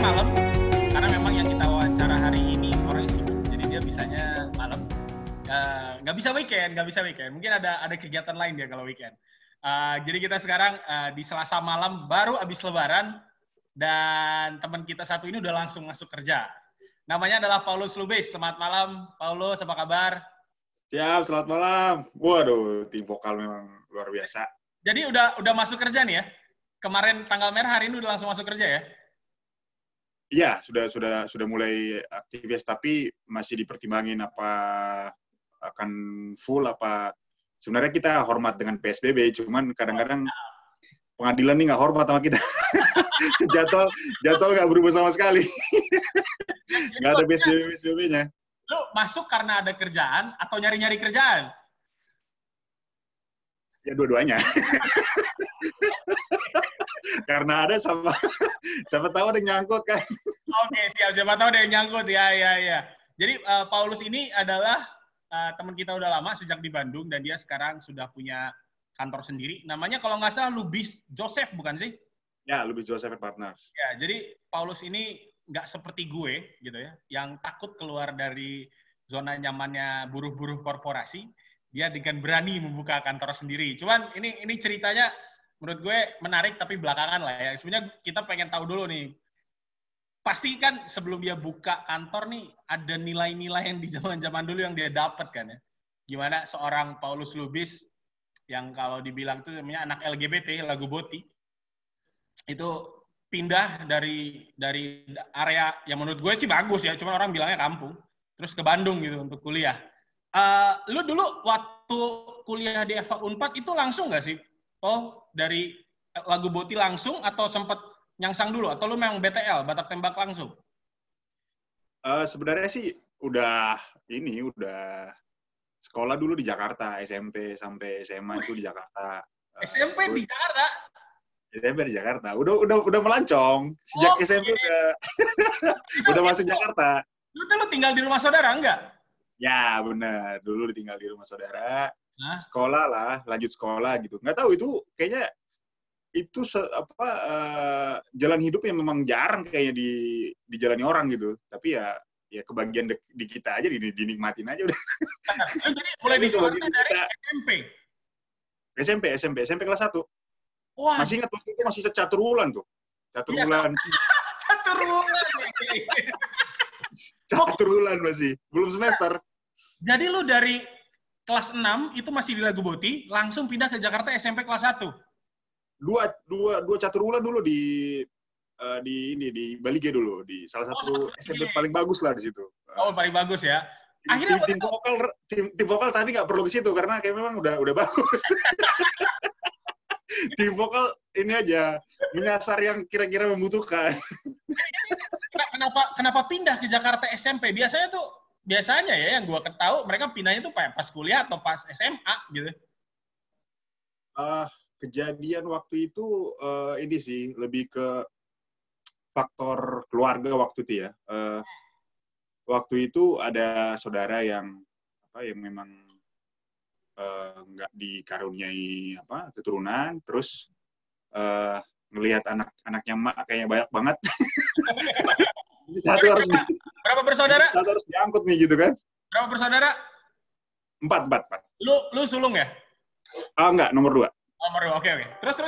malam karena memang yang kita wawancara hari ini orang sibuk, jadi dia bisanya malam. Nggak bisa weekend. Mungkin ada kegiatan lain dia kalau weekend. Jadi kita sekarang di Selasa malam baru habis Lebaran dan teman kita satu ini udah langsung masuk kerja. Namanya adalah Paulus Lubis. Selamat malam, Paulus. Apa kabar? Siap, selamat malam. Waduh, tim vokal memang luar biasa. Jadi udah masuk kerja nih ya? Kemarin tanggal merah, hari ini udah langsung masuk kerja ya? Iya, sudah mulai aktivitas, tapi masih dipertimbangin apa akan full apa. Sebenarnya kita hormat dengan PSBB, cuman kadang-kadang pengadilan ini nggak hormat sama kita. jadwal nggak berubah sama sekali. Nggak ada PSBB-nya. Lu masuk karena ada kerjaan atau nyari-nyari kerjaan? Ya dua-duanya. Karena ada siapa tahu ada yang nyangkut kan. Oke, siapa tahu ada yang nyangkut ya. Jadi Paulus ini adalah teman kita udah lama sejak di Bandung dan dia sekarang sudah punya kantor sendiri. Namanya kalau nggak salah Lubis Joseph bukan sih? Ya, Lubis Joseph Partners. Ya, jadi Paulus ini nggak seperti gue gitu ya, yang takut keluar dari zona nyamannya buruh-buruh korporasi. Dia dengan berani membuka kantor sendiri. Cuman ini ceritanya menurut gue menarik tapi belakangan lah ya. Sebenarnya kita pengen tahu dulu nih. Pasti kan sebelum dia buka kantor nih ada nilai-nilai yang di zaman-zaman dulu yang dia dapat kan ya. Gimana seorang Paulus Lubis yang kalau dibilang tuh namanya anak LGBT, lagu Boti. Itu pindah dari area yang menurut gue sih bagus ya, cuma orang bilangnya kampung. Terus ke Bandung gitu untuk kuliah. Lu dulu waktu kuliah di FH Unpad itu langsung nggak sih? Oh, dari lagu Boti langsung atau sempat nyangsang dulu? Atau lu memang BTL, batak tembak langsung? Sebenarnya sih udah sekolah dulu di Jakarta, SMP sampai SMA itu di Jakarta. SMP di Jakarta? SMP di Jakarta. Udah melancong. Sejak SMP udah masuk Jakarta. Lu tinggal di rumah saudara enggak? Ya, benar. Dulu ditinggal di rumah saudara. Sekolah lah, lanjut sekolah gitu. Nggak tahu itu kayaknya itu jalan hidup yang memang jarang kayaknya dijalani orang gitu. Tapi ya kebagian di kita aja dinikmatin aja udah. Jadi mulai dinikmatin dari SMP kelas 1. Wah. Masih ingat waktu itu masih catur wulan tuh. Catur wulan. Catur wulan masih, belum semester. Jadi lu dari kelas 6 itu masih di Lagu Boti, langsung pindah ke Jakarta SMP kelas 1. Dua catur wulan dulu di Bali G dulu, di salah satu SMP paling bagus lah di situ. Oh, paling bagus ya. Akhirnya tim vokal tapi nggak perlu ke situ karena kayak memang udah bagus. Tim vokal ini aja menyasar yang kira-kira membutuhkan. Kenapa pindah ke Jakarta SMP? Biasanya ya yang gue ketahui mereka pindahnya tuh pas kuliah atau pas SMA gitu. Kejadian waktu itu ini sih lebih ke faktor keluarga waktu itu ya. Waktu itu ada saudara yang memang nggak dikaruniai keturunan, terus ngelihat anak-anaknya mak kayaknya banyak banget. Berapa bersaudara? Satu harus diangkut nih gitu kan. Berapa bersaudara? 4. Lu sulung ya? Enggak, nomor 2. Nomor 2, oke.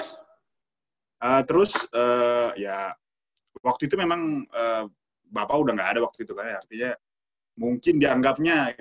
Terus ya waktu itu memang bapak udah nggak ada waktu itu kan, artinya mungkin dianggapnya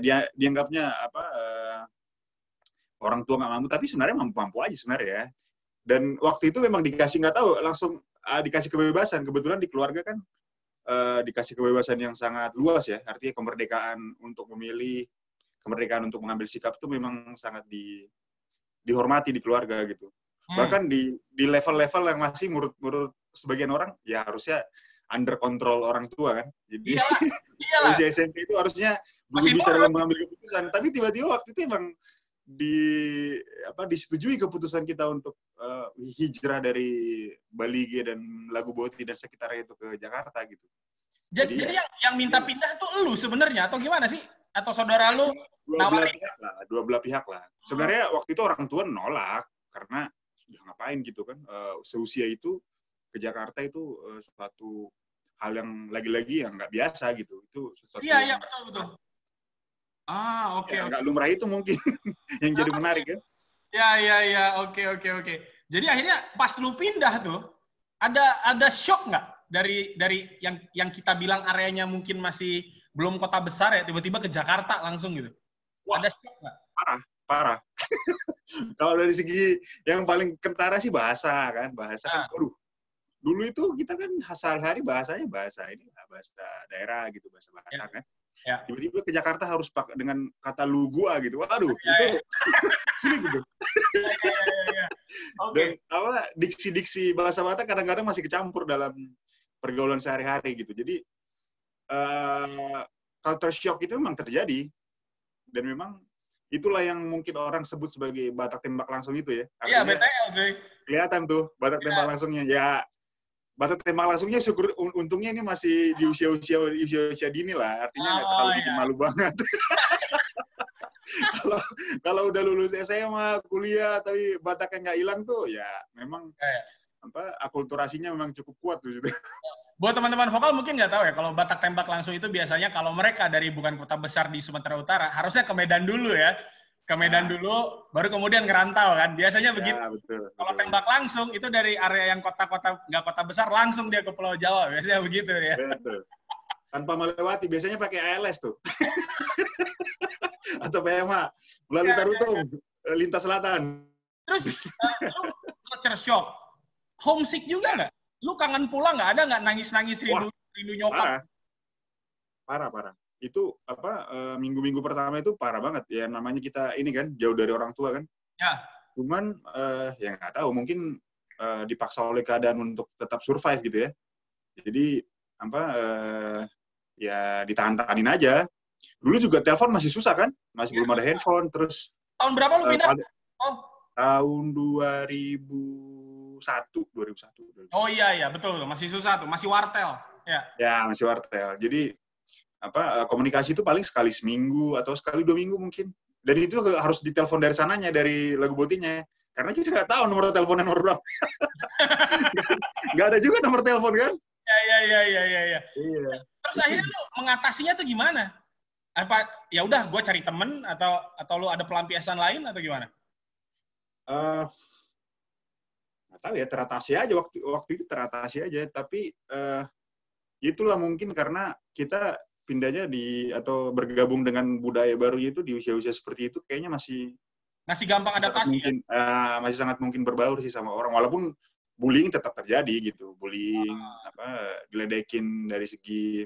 orang tua nggak mampu, tapi sebenarnya mampu aja sebenarnya ya. Dan waktu itu memang dikasih nggak tahu langsung dikasih kebebasan. Kebetulan di keluarga kan dikasih kebebasan yang sangat luas ya, artinya kemerdekaan untuk memilih, kemerdekaan untuk mengambil sikap itu memang sangat dihormati di keluarga gitu. Bahkan di level-level yang masih menurut sebagian orang ya harusnya under kontrol orang tua kan. Jadi usia SMP itu harusnya belum bisa dalam mengambil keputusan. Tapi tiba-tiba waktu itu emang disetujui keputusan kita untuk hijrah dari Bali G dan Lagu Boti dan sekitarnya itu ke Jakarta gitu. Jadi yang minta pindah tuh lu sebenarnya atau gimana sih? Atau saudara lu nawarin? Dua belah pihak lah. Sebenarnya waktu itu orang tua nolak karena ya ngapain gitu kan, seusia itu ke Jakarta itu suatu hal yang lagi-lagi yang nggak biasa gitu. Itu sesuatu Iya, iya, yang betul, betul. Ah, oke, ya oke. nggak lumrah itu mungkin yang jadi menarik kan. Ya, ya, ya, oke, oke, oke. Jadi akhirnya pas lu pindah tuh, ada shock nggak dari yang kita bilang areanya mungkin masih belum kota besar ya, tiba-tiba ke Jakarta langsung gitu. Wah, Ada shock nggak? parah, parah. Kalau dari segi yang paling kentara sih bahasa kan, bahasa kan. Ah, Waduh, dulu itu kita kan sehari-hari bahasanya bahasa ini, bahasa daerah gitu, bahasa ya, Batak kan. ya, Tiba-tiba ke Jakarta harus pakai dengan kata lu gua gitu. Waduh, ya, itu ya, sulit gitu. ya, ya, ya. Oke. Dan apa diksi-diksi bahasa Batak kadang-kadang masih kecampur dalam pergaulan sehari-hari gitu. Jadi culture shock itu memang terjadi dan memang itulah yang mungkin orang sebut sebagai Batak tembak langsung itu ya. Iya, Artinya BTL cuy. kelihatan tuh Batak tembak Ya. langsungnya. Ya Batak tembak langsungnya syukur untungnya ini masih di usia dini lah. Artinya nggak terlalu Oh bikin ya. malu banget. Kalau kalau udah lulus SMA, kuliah tapi Bataknya nggak hilang tuh ya memang Ya, ya. apa akulturasinya memang cukup kuat tuh gitu. Buat teman-teman vokal mungkin nggak tahu ya, kalau Batak tembak langsung itu biasanya kalau mereka dari bukan kota besar di Sumatera Utara, harusnya ke Medan dulu ya. Ke Medan dulu, baru kemudian ngerantau kan. Biasanya begitu. Ya betul. Kalau betul. tembak langsung, itu dari area yang kota-kota, nggak kota besar, langsung dia ke Pulau Jawa. Biasanya begitu ya. Betul. Tanpa melewati, biasanya pakai ALS tuh. Atau PMA. Melalui Tarutung, lintas selatan. Terus, lu culture shock. Homesick juga nggak? Lu kangen pulang nggak? Ada nggak nangis-nangis rindu nyokap? Parah. Itu apa minggu-minggu pertama itu parah banget. Ya namanya kita ini kan jauh dari orang tua kan. Ya. Cuman ya nggak tahu, mungkin dipaksa oleh keadaan untuk tetap survive gitu ya. Jadi apa ya ditahan-tahanin aja. Dulu juga telepon masih susah kan, masih belum ada handphone. Terus Tahun berapa lu pindah? tahun 2001. Oh iya, betul. Masih susah tuh, masih wartel. Ya, masih wartel. Jadi apa komunikasi itu paling sekali seminggu atau sekali 2 minggu mungkin. Dan itu harus ditelepon dari sananya, dari lagu botinya. Karena kita nggak tahu nomor teleponnya nomor berapa. Nggak ada juga nomor telepon kan? Iya. Iya. Terus akhirnya lu mengatasinya tuh gimana? Apa ya udah gue cari temen atau lu ada pelampiasan lain atau gimana? Nggak tahu ya, teratasi aja waktu itu teratasi aja. Tapi itulah mungkin karena kita pindahnya atau bergabung dengan budaya baru itu di usia-usia seperti itu kayaknya masih gampang adaptasi mungkin, ya? Masih sangat mungkin berbaur sih sama orang, walaupun bullying tetap terjadi gitu, bullying diledekin dari segi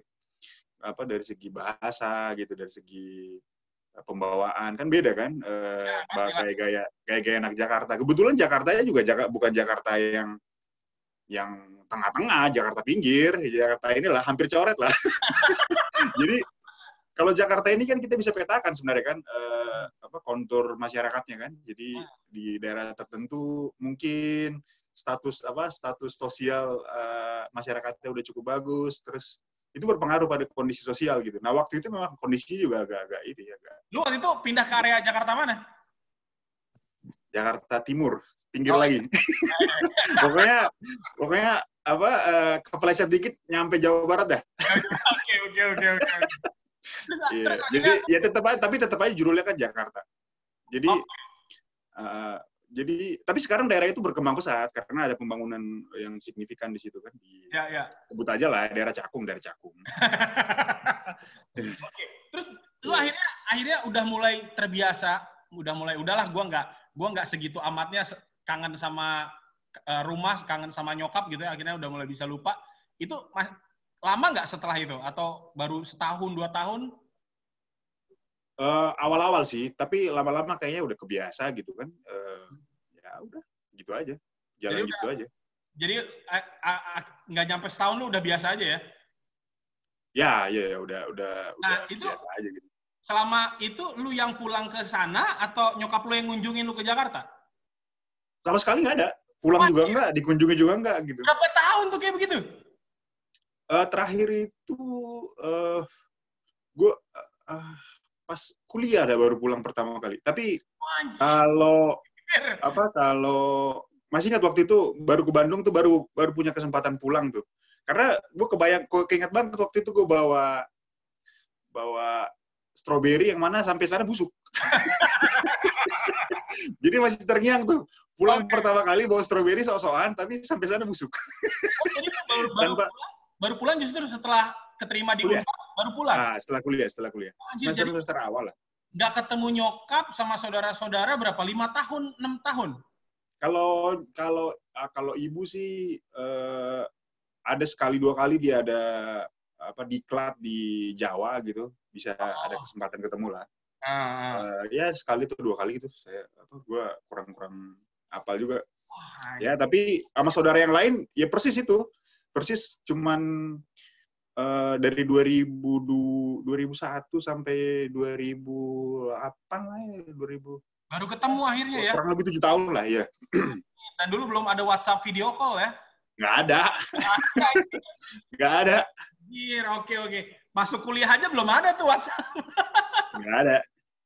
bahasa gitu, dari segi pembawaan kan beda kan, gaya anak Jakarta. Kebetulan Jakartanya juga bukan Jakarta yang tengah-tengah, Jakarta pinggir, Jakarta inilah hampir coret lah. Jadi kalau Jakarta ini kan kita bisa petakan sebenarnya kan kontur masyarakatnya kan. Jadi di daerah tertentu mungkin status sosial masyarakatnya udah cukup bagus, terus itu berpengaruh pada kondisi sosial gitu. Nah waktu itu memang kondisi juga agak. Lu waktu itu pindah ke area Jakarta mana? Jakarta Timur, pinggir lagi. pokoknya kepleset dikit nyampe Jawa Barat dah. Oke. Iya. Jadi ya tetap aja judulnya kan Jakarta. Jadi tapi sekarang daerah itu berkembang pesat karena ada pembangunan yang signifikan di situ kan. Sebut aja lah daerah Cakung. Oke. Terus lu akhirnya udah mulai terbiasa, udahlah gua nggak segitu amatnya kangen sama rumah, kangen sama nyokap gitu ya, akhirnya udah mulai bisa lupa. Itu lama nggak setelah itu? Atau baru setahun, 2 tahun? Awal-awal sih, tapi lama-lama kayaknya udah kebiasa gitu kan. Ya udah, gitu aja. Jalan gitu aja. Jadi nggak nyampe setahun lu udah biasa aja ya? Ya, udah itu, biasa aja gitu. Selama itu lu yang pulang ke sana atau nyokap lu yang ngunjungin lu ke Jakarta? Sama sekali nggak ada. Pulang juga nggak, dikunjungi juga nggak gitu. Berapa tahun tuh kayak begitu? Terakhir itu gue pas kuliah baru pulang pertama kali. Tapi kalau masih ingat waktu itu baru ke Bandung tuh baru punya kesempatan pulang tuh. Karena gue keinget banget waktu itu gue bawa stroberi yang mana sampai sana busuk. Jadi masih terngiang tuh. Pulang pertama kali bawa stroberi sok-sokan, tapi sampai sana busuk. Oh, jadi baru pulang justru setelah keterima di kuliah. Unpad, baru pulang? Setelah kuliah. Oh, anjir, jadi semester awal lah. Nggak ketemu nyokap sama saudara-saudara berapa? 5 tahun, 6 tahun? Kalau ibu sih ada sekali 2 kali dia ada diklat di Jawa gitu, bisa ada kesempatan ketemu lah. Ya sekali tuh 2 kali gitu. Gue kurang hafal juga. Ya tapi sama saudara yang lain ya persis cuman dari 2001 sampai 2008 lah ya, 2000. Baru ketemu akhirnya ya? Kurang lebih 7 tahun lah ya. Dan dulu belum ada WhatsApp video call ya? Nggak ada. Nggak ada. Oke. Masuk kuliah aja belum ada tuh WhatsApp. Nggak ada.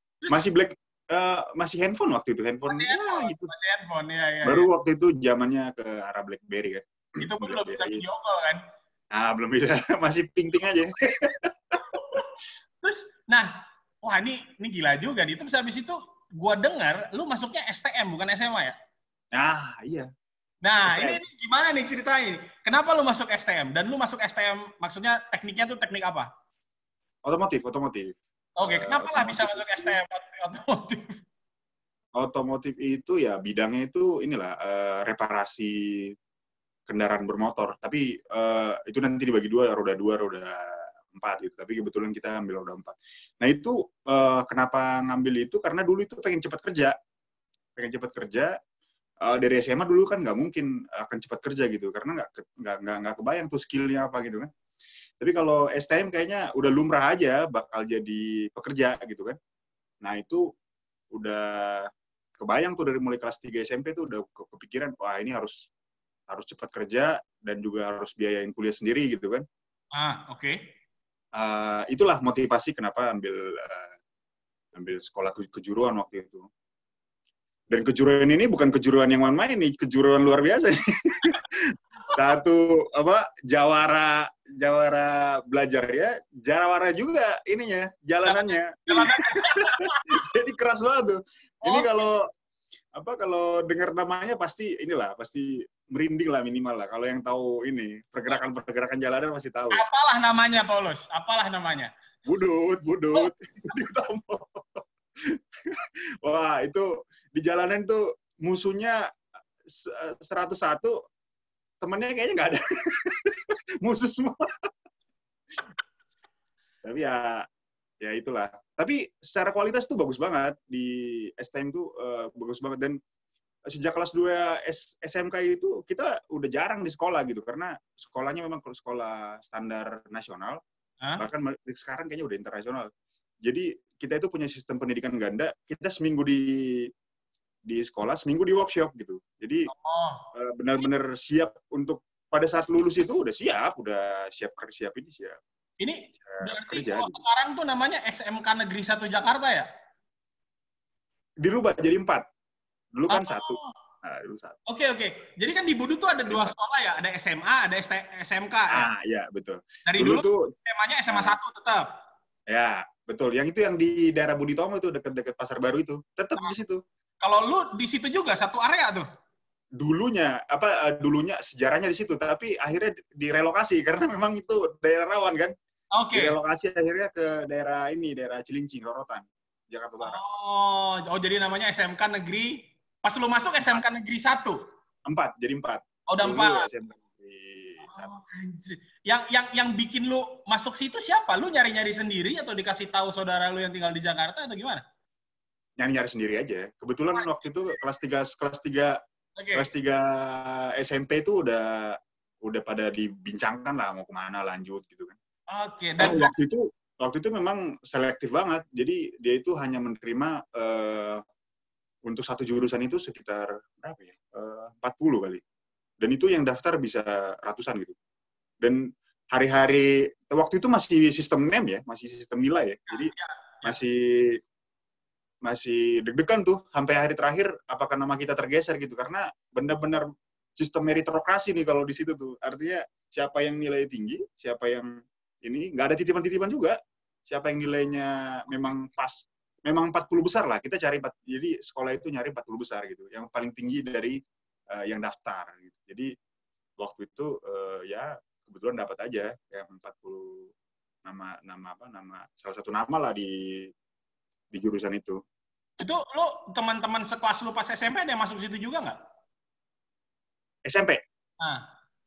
Masih handphone waktu itu. Masih handphone, ya. Baru waktu itu zamannya ke arah BlackBerry kan. Itu pun belum bisa video call kan? Belum bisa. Masih ping-ping aja. Terus, wah ini gila juga nih. Terus habis itu, gua dengar, lu masuknya STM, bukan SMA ya? Iya. Nah, STM. Ini gimana nih ceritanya? Kenapa lu masuk STM? Dan lu masuk STM, maksudnya tekniknya tuh teknik apa? Otomotif. Oke, kenapa lah bisa masuk STM otomotif? Otomotif itu ya bidangnya itu reparasi kendaraan bermotor. Tapi itu nanti dibagi 2, roda 2, roda 4 gitu. Tapi kebetulan kita ambil roda 4. Nah itu kenapa ngambil itu? Karena dulu itu pengen cepat kerja. Dari SMA dulu kan nggak mungkin akan cepat kerja gitu. Karena nggak kebayang tuh skillnya apa gitu kan. Tapi kalau STM kayaknya udah lumrah aja bakal jadi pekerja gitu kan. Nah itu udah kebayang tuh dari mulai kelas 3 SMP tuh udah kepikiran, wah ini harus cepat kerja dan juga harus biayain kuliah sendiri gitu kan. Oke. Itulah motivasi kenapa ambil sekolah kejuruan waktu itu. Dan kejuruan ini bukan kejuruan yang main-main nih, kejuruan luar biasa nih. Satu jawara belajar ya, jawara juga ininya jalanannya. Jadi keras banget tuh. Ini kalau dengar namanya pasti merinding lah minimal lah. Kalau yang tahu ini pergerakan jalanan pasti tahu. Apalah namanya, Paulus? Apalah namanya? Budut. Budi Utomo. Wah, itu di jalanan tuh musuhnya 101, temennya kayaknya nggak ada. Musuh semua. Tapi ya itulah. Tapi secara kualitas tuh bagus banget. Di STM tuh bagus banget. Dan sejak kelas 2 SMK itu kita udah jarang di sekolah gitu. Karena sekolahnya memang sekolah standar nasional. Bahkan sekarang kayaknya udah internasional. Jadi kita itu punya sistem pendidikan ganda. Kita seminggu di sekolah, seminggu di workshop gitu. Jadi benar-benar siap untuk pada saat lulus itu udah siap ini. Ini berarti sekarang tuh namanya SMK Negeri 1 Jakarta ya? Dirubah jadi 4. Dulu kan 1. Dulu 1. Oke. Jadi kan di Budu tuh ada 2 sekolah ya, ada SMA, ada SMK ya? Iya, betul. Dari dulu tuh SMA-nya SMA 1 tetap. Ya, betul. Yang itu yang di daerah Budi Utomo itu dekat-dekat Pasar Baru itu, tetap di situ. Kalau lu di situ juga satu area tuh? Dulunya sejarahnya di situ, tapi akhirnya direlokasi karena memang itu daerah rawan kan. Oke. Direlokasi akhirnya ke daerah Cilincing, Rorotan, Jakarta Utara. Jadi namanya SMK Negeri. Pas lu masuk SMK Negeri 1? 4, jadi 4. Udah 4. SMK Negeri 1. Yang bikin lu masuk situ siapa? Lu nyari-nyari sendiri atau dikasih tahu saudara lu yang tinggal di Jakarta atau gimana? Nyari sendiri aja. Kebetulan waktu itu kelas 3 SMP itu udah pada dibincangkan lah mau kemana lanjut gitu kan. Oke. Dan waktu itu memang selektif banget. Jadi dia itu hanya menerima untuk satu jurusan itu sekitar berapa ya? 40 kali. Dan itu yang daftar bisa ratusan gitu. Dan hari-hari waktu itu masih sistem NEM ya, masih sistem nilai ya. Jadi masih deg-degan tuh sampai hari terakhir apakah nama kita tergeser gitu karena benar-benar sistem meritokrasi nih kalau di situ tuh. Artinya siapa yang nilai tinggi, siapa yang ini, nggak ada titipan-titipan juga. Siapa yang nilainya memang pas, memang 40 besar lah. Kita cari, jadi sekolah itu nyari 40 besar gitu. Yang paling tinggi dari yang daftar. Gitu. Jadi waktu itu ya kebetulan dapat aja yang 40 nama salah satu nama lah di jurusan itu. Itu lu teman-teman sekelas lu pas SMP ada yang masuk situ juga nggak? SMP. Nah,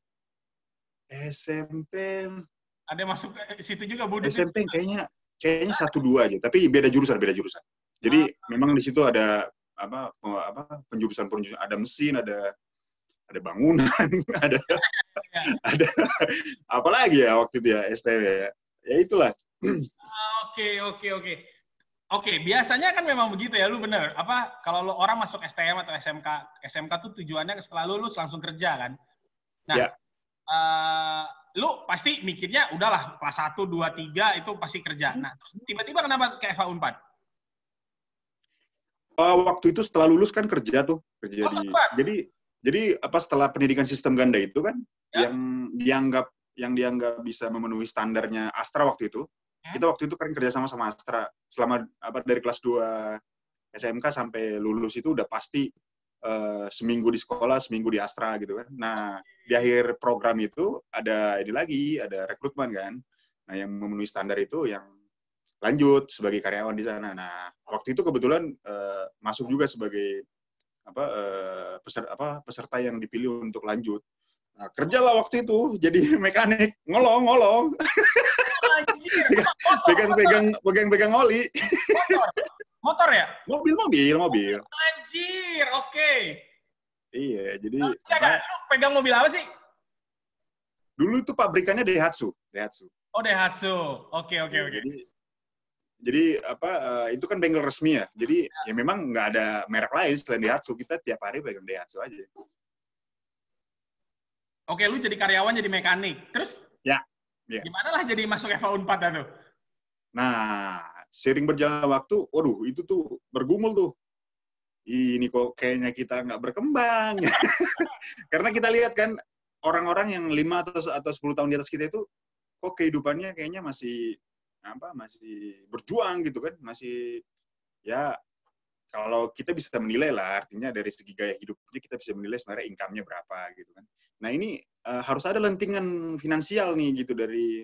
SMP ada yang masuk situ juga Budut? SMP kayaknya 1-2 aja, tapi beda jurusan. Jadi memang di situ ada apa penjurusan, ada mesin, ada bangunan, ada apa lagi ya waktu itu ya STW ya. Ya itulah. Oke, biasanya kan memang begitu ya, lu bener. Apa kalau lu orang masuk STM atau SMK tuh tujuannya setelah lulus langsung kerja kan. Nah, ya. Lu pasti mikirnya udahlah kelas 1, 2, 3 itu pasti kerja. Nah, tiba-tiba kenapa ke FH Unpad? Waktu itu setelah lulus kan kerja jadi apa setelah pendidikan sistem ganda itu kan ya? yang dianggap bisa memenuhi standarnya Astra waktu itu. Kita waktu itu kan kerja sama Astra selama dari kelas 2 SMK sampai lulus itu udah pasti seminggu di sekolah, seminggu di Astra gitu kan. Nah, di akhir program itu ada rekrutmen kan. Nah, yang memenuhi standar itu yang lanjut sebagai karyawan di sana. Nah, waktu itu kebetulan masuk juga sebagai peserta yang dipilih untuk lanjut. Nah, kerjalah waktu itu jadi mekanik, ngolong. Pegang oli. Motor ya? Mobil. Anjir, oke. Iya, jadi lu pegang mobil apa sih? Dulu itu pabrikannya Daihatsu. Oh, Daihatsu. Oke. Jadi itu kan bengkel resmi ya. Jadi ya memang nggak ada merek lain selain Daihatsu. Kita tiap hari pegang Daihatsu aja. Oke, lu jadi karyawan, jadi mekanik. Terus? Ya. Gimana lah jadi masuk FH Unpad tuh? Nah, sering berjalan waktu, waduh, itu tuh bergumul tuh. Ini kok kayaknya kita nggak berkembang. Karena kita lihat kan, orang-orang yang 5 atau 10 tahun di atas kita itu, kok kehidupannya kayaknya masih berjuang gitu kan. Masih, ya, kalau kita bisa menilai lah, artinya dari segi gaya hidupnya kita bisa menilai sebenarnya income-nya berapa gitu kan. Nah ini harus ada lentingan finansial nih gitu dari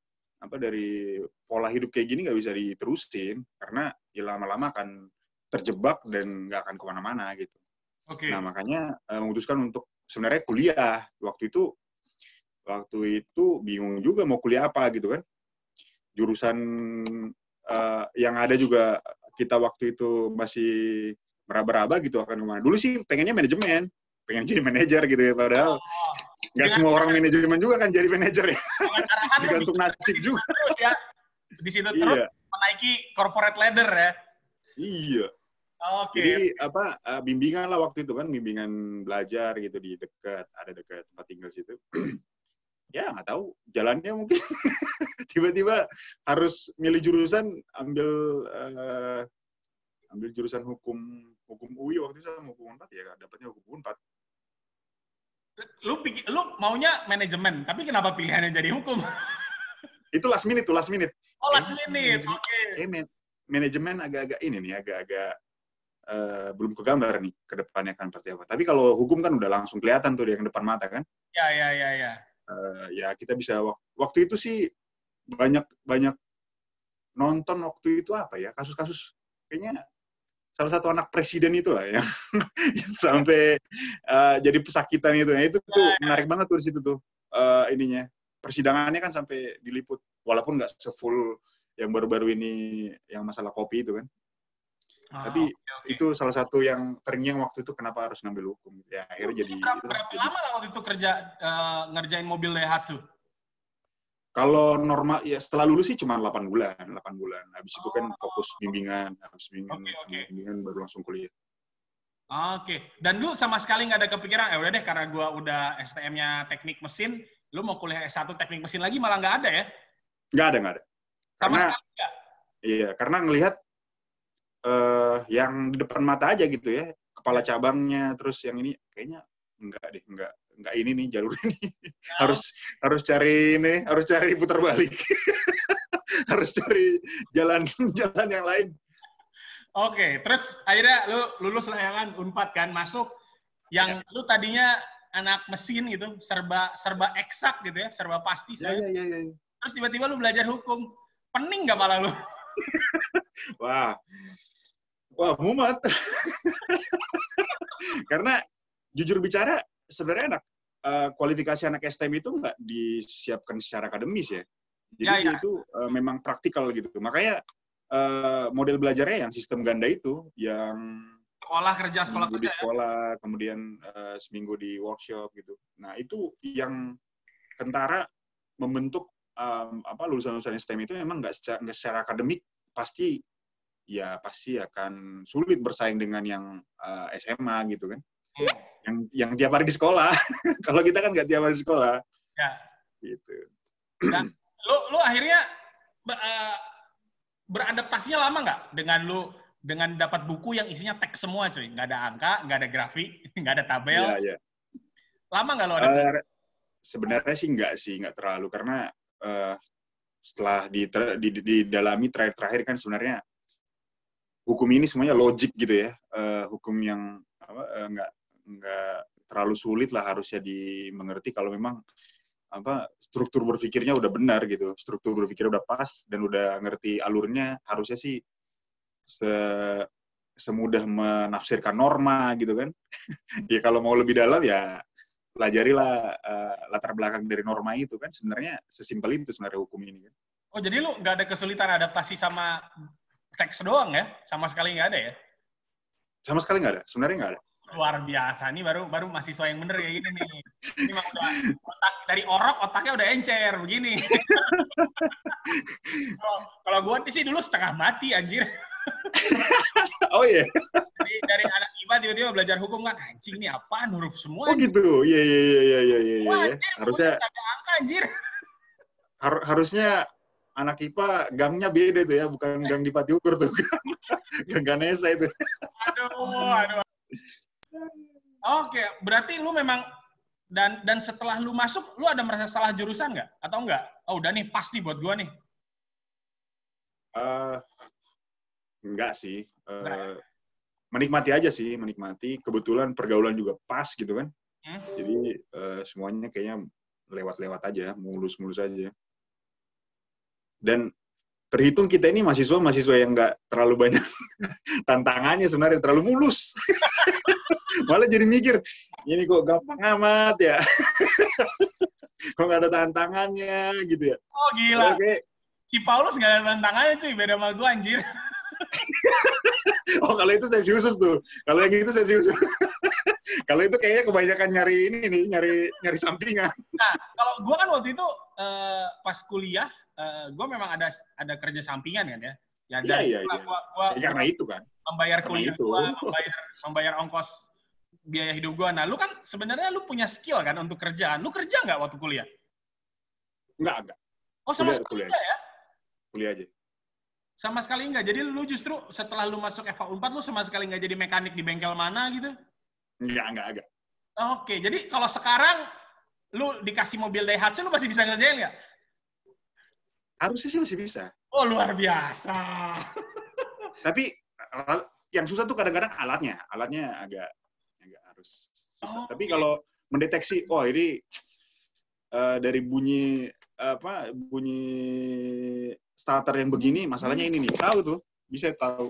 pola hidup kayak gini nggak bisa diterusin karena ya lama-lama akan terjebak dan nggak akan kemana-mana gitu. Okay. Nah makanya memutuskan untuk sebenarnya kuliah. Waktu itu bingung juga mau kuliah apa gitu kan. Jurusan yang ada juga kita waktu itu masih meraba-raba gitu akan kemana. Dulu sih pengennya manajemen, pengen jadi manajer gitu ya, padahal nggak semua orang manajemen juga kan jadi manajer ya. Tergantung nasib juga. Terus ya, di situ terus menaiki corporate ladder ya. Iya. Oke. Jadi bimbingan lah waktu itu kan, bimbingan belajar gitu di dekat tempat tinggal situ. Ya nggak tahu jalannya mungkin tiba-tiba harus milih jurusan, ambil jurusan hukum UI waktu itu sama hukum Unpad ya dapatnya hukum Unpad. Lu maunya manajemen, tapi kenapa pilihannya jadi hukum? Itu last minute. Oh, last minute. Oke. Manajemen agak-agak ini nih, agak-agak belum kegambar nih ke depannya kan seperti apa. Tapi kalau hukum kan udah langsung kelihatan tuh yang depan mata kan. Ya. Ya kita bisa waktu itu sih banyak nonton waktu itu apa ya, kasus-kasus kayaknya salah satu anak presiden itulah yang sampai jadi pesakitan itu. Nah, itu tuh menarik banget tuh di situ tuh ininya. Persidangannya kan sampai diliput walaupun nggak sefull yang baru-baru ini yang masalah kopi itu kan. Tapi itu salah satu yang terngiang waktu itu kenapa harus ngambil hukum. Ya akhirnya jadi berapa lama lah waktu itu kerja ngerjain mobil Daihatsu? Kalau normal ya setelah lulus sih cuma 8 bulan. Habis itu kan fokus bimbingan, bimbingan baru langsung kuliah. Oke. Dan lu sama sekali nggak ada kepikiran, udah deh karena gua udah STM-nya teknik mesin, lu mau kuliah S1 teknik mesin lagi malah nggak ada ya? Nggak ada. Sama sekali nggak? Iya, karena ngelihat yang di depan mata aja gitu ya, kepala cabangnya, terus yang ini kayaknya enggak deh, enggak ini nih jalur ini. Nah, Harus cari ini, harus cari putar balik. Harus cari jalan yang lain. oke, terus akhirnya lu lulus layangan Unpad kan, masuk yang lu tadinya anak mesin gitu, serba eksak gitu ya, serba pasti. Ya. Terus tiba-tiba lu belajar hukum, pening nggak malah lu? Wah, mumet. Karena jujur bicara, sebenarnya kualifikasi anak STM itu nggak disiapkan secara akademis ya. Jadi itu memang praktikal gitu. Makanya model belajarnya yang sistem ganda itu, yang Sekolah kerja, sekolah seminggu kerja di sekolah, kemudian seminggu di workshop gitu. Nah itu yang kentara membentuk lulusan-lulusan STM itu memang nggak secara akademik pasti akan sulit bersaing dengan yang SMA gitu kan. Yang tiap hari di sekolah. Kalau kita kan nggak tiap hari di sekolah. Ya. Gitu. Dan lu akhirnya beradaptasinya lama nggak dengan dapat buku yang isinya teks semua cuy, nggak ada angka, nggak ada grafik, nggak ada tabel. Iya. Lama nggak lo ada? Sebenarnya sih nggak terlalu, karena setelah didalami terakhir kan sebenarnya hukum ini semuanya logik gitu ya, hukum yang nggak terlalu sulit lah harusnya dimengerti kalau memang struktur berpikirnya udah benar gitu, struktur berpikirnya udah pas dan udah ngerti alurnya, harusnya sih semudah menafsirkan norma gitu kan. Ya kalau mau lebih dalam ya pelajarilah latar belakang dari norma itu kan, sebenarnya sesimpel itu sebenarnya hukum ini kan. Oh jadi lu nggak ada kesulitan adaptasi sama teks doang ya? Sama sekali nggak ada ya? Sama sekali nggak ada, sebenarnya nggak ada. Luar biasa, nih baru mahasiswa yang bener kayak gini nih. Ini mah udah dari orok otaknya udah encer begini. Kalau gua sih dulu setengah mati anjir. Oh iya. Dari anak IPA tiba-tiba belajar hukum kan, anjing ini apaan huruf semua. Oh gitu. Iya. Wah, anjir, harusnya ada angka anjir. Harusnya anak IPA gangnya beda tuh ya, bukan gang di Patiukur tuh. Gang Ganesa itu. Aduh. Oke, berarti lu memang dan setelah lu masuk, lu ada merasa salah jurusan nggak? Atau enggak? Oh udah nih, pas nih buat gua nih. Enggak sih. Menikmati aja sih, menikmati. Kebetulan pergaulan juga pas gitu kan. Jadi semuanya kayaknya lewat-lewat aja, mulus-mulus aja. Dan terhitung kita ini mahasiswa yang nggak terlalu banyak tantangannya sebenarnya, terlalu mulus. Malah jadi mikir, ini kok gampang amat ya. Kok nggak ada tantangannya gitu ya. Oh gila. Oke. Si Paulus nggak ada tantangannya cuy, beda sama gua anjir. Oh kalau itu sesi khusus tuh. Kalau yang itu sesi khusus. Kalau itu kayaknya kebanyakan nyari ini nih, nyari sampingan. Nah, kalau gua kan waktu itu pas kuliah, gua memang ada kerja sampingan kan ya. Ya dari iya. Gua karena itu kan. Membayar kuliah gua, membayar ongkos biaya hidup gua. Nah, lu kan sebenarnya lu punya skill kan untuk kerjaan. Lu kerja nggak waktu kuliah? Enggak. Oh, sama sekali enggak ya? Kuliah aja. Sama sekali enggak. Jadi lu justru setelah lu masuk EVA Unpad lu sama sekali enggak jadi mekanik di bengkel mana gitu? Enggak. Oke, jadi kalau sekarang lu dikasih mobil Daihatsu lu masih bisa ngerjain nggak? Harusnya sih masih bisa. Oh, luar biasa. Tapi yang susah tuh kadang-kadang alatnya agak harus susah. Tapi kalau mendeteksi, ini dari bunyi starter yang begini, masalahnya ini nih, tahu tuh, bisa tahu.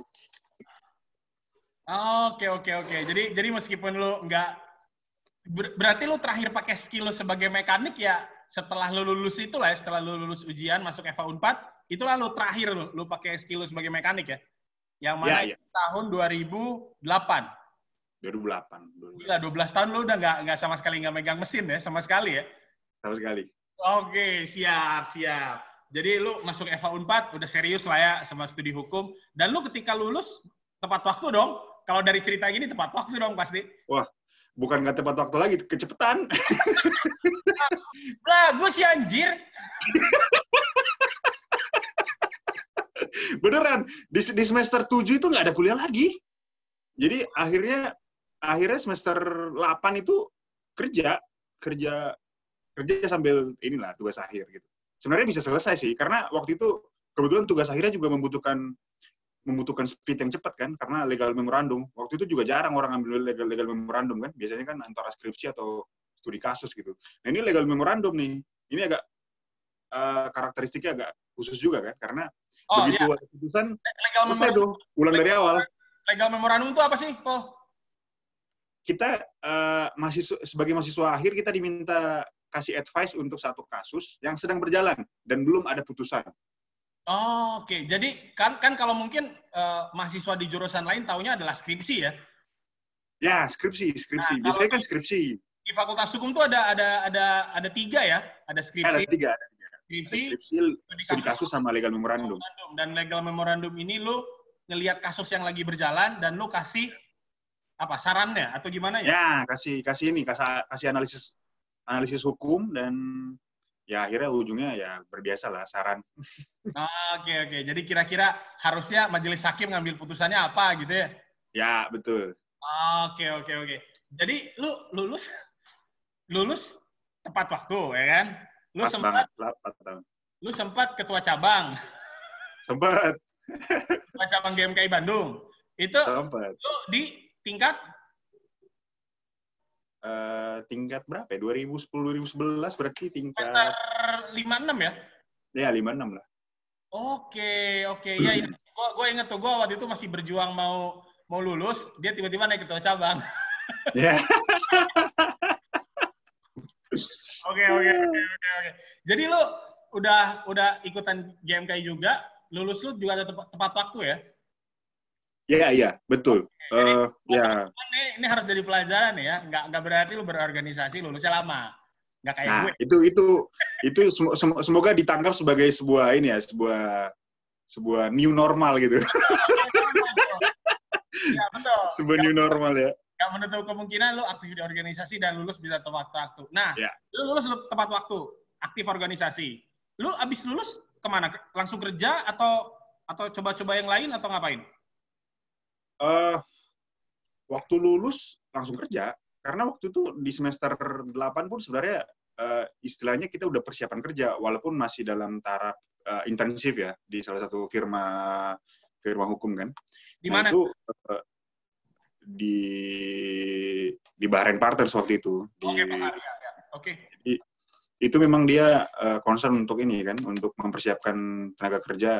Oke. Jadi meskipun lu nggak, berarti lu terakhir pakai skill lu sebagai mekanik ya setelah lu lulus itu lah ya, setelah lu lulus ujian masuk EVA Unpad, itulah lu terakhir lu pakai skill lu sebagai mekanik ya? Yang mana tahun 2008. 2008. Gila, 12 tahun lu udah nggak sama sekali nggak megang mesin ya, sama sekali ya? Sama sekali. Oke, siap. Jadi lu masuk EVA Unpad, udah serius lah ya sama studi hukum. Dan lu ketika lulus, tepat waktu dong. Kalau dari cerita gini, tepat waktu dong pasti. Wah, bukan nggak tepat waktu lagi, kecepetan. Lah, gue si anjir. Beneran, di semester 7 itu nggak ada kuliah lagi. Jadi akhirnya semester 8 itu kerja kerja kerja sambil inilah tugas akhir gitu. Sebenarnya bisa selesai sih, karena waktu itu kebetulan tugas akhirnya juga membutuhkan speed yang cepat kan, karena legal memorandum. Waktu itu juga jarang orang ambil legal memorandum kan, biasanya kan antara skripsi atau studi kasus gitu. Nah ini legal memorandum nih, ini agak karakteristiknya agak khusus juga kan, karena begitu iya. ada putusan, Legal selesai memorandum. tuh, ulang dari awal. Legal memorandum itu apa sih, Paul? Kita sebagai mahasiswa akhir kita diminta kasih advice untuk satu kasus yang sedang berjalan dan belum ada putusan. Oh, oke. Jadi kan kalau mungkin mahasiswa di jurusan lain taunya adalah skripsi ya. Ya, skripsi. Nah, Biasanya kan skripsi. di Fakultas Hukum tuh ada 3 ya. Ada skripsi. Ada tiga. Skripsi, studi kasus sama legal memorandum. Dan legal memorandum ini lu ngelihat kasus yang lagi berjalan dan lu kasih apa sarannya atau gimana ya? Ya, kasih analisis hukum dan ya akhirnya ujungnya ya berbiasa lah saran. Oke. Jadi kira-kira harusnya majelis hakim ngambil putusannya apa gitu ya? Ya, betul. Oke. Jadi lu lulus tepat waktu ya kan? Pas banget, 8 tahun. Lu sempat ketua cabang. Sempat. Ketua cabang GMKI Bandung. Itu sempat. Lu di tingkat tingkat berapa ya? 2010-2011 berarti tingkat semester 5-6 ya? Ya, 5-6 lah. Oke. Ya. Gue inget tuh, gue waktu itu masih berjuang mau lulus, dia tiba-tiba naik ketua cabang. Ya. Oke. Jadi lu udah ikutan GMKI juga, lulus lu juga ada tepat waktu ya? Iya, betul. Ya. Ini harus jadi pelajaran ya, nggak berarti lu berorganisasi lulusnya lama, nggak kayak Nah, gue. itu semoga ditangkap sebagai sebuah sebuah new normal gitu. Ya betul. Sebuah new normal ya. Nggak menutup kemungkinan lu aktif di organisasi dan lulus bisa tepat waktu. Nah, ya. Lu lulus tepat waktu, aktif organisasi. Lu abis lulus kemana? Langsung kerja atau coba-coba yang lain atau ngapain? Waktu lulus langsung kerja, karena waktu itu di semester 8 pun sebenarnya istilahnya kita udah persiapan kerja, walaupun masih dalam taraf intensif ya, di salah satu firma hukum kan. Di mana? Itu di Bahrain Partners waktu itu. Oke. Jadi, itu memang dia concern untuk ini kan, untuk mempersiapkan tenaga kerja,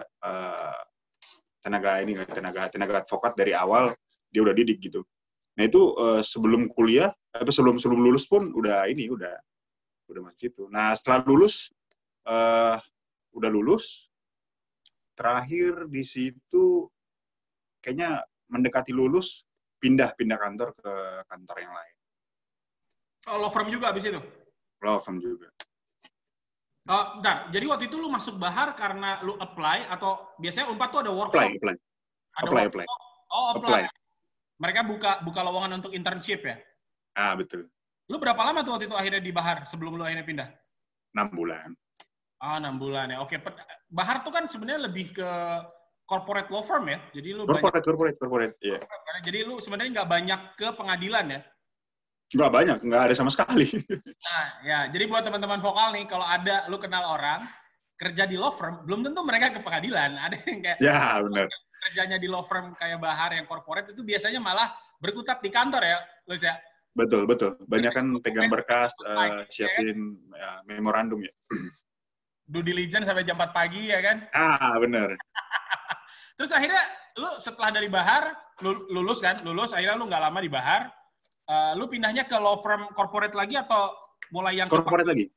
tenaga advokat dari awal dia udah didik gitu. Nah itu sebelum kuliah, sebelum lulus pun udah masuk situ. Nah setelah lulus, udah lulus, terakhir di situ kayaknya mendekati lulus, pindah kantor ke kantor yang lain. Oh, law firm juga abis itu? Law firm juga. Bentar, jadi waktu itu lu masuk Bahar karena lu apply atau biasanya Unpad tuh ada workshop? Apply. Oh, apply. Mereka buka lowongan untuk internship ya? Betul. Lu berapa lama tuh waktu itu akhirnya di Bahar sebelum lu akhirnya pindah? 6 bulan. 6 bulan ya. Oke, Bahar tuh kan sebenarnya lebih ke corporate law firm ya. Jadi lu corporate, iya. Jadi lu sebenarnya nggak banyak ke pengadilan ya? Nggak banyak, nggak ada sama sekali. Nah, ya. Jadi buat teman-teman vokal nih, kalau ada lu kenal orang kerja di law firm, belum tentu mereka ke pengadilan. Ada yang kayak ya, benar. Kerjanya di law firm kayak Bahar yang corporate itu biasanya malah berkutat di kantor ya, Lus ya? Betul. Banyak kan pegang berkas, siapin memorandum ya. Due diligence sampai jam 4 pagi ya kan? Benar. Terus akhirnya lu setelah dari Bahar, lulus, akhirnya lu nggak lama di Bahar, lu pindahnya ke law firm corporate lagi atau mulai yang corporate lagi.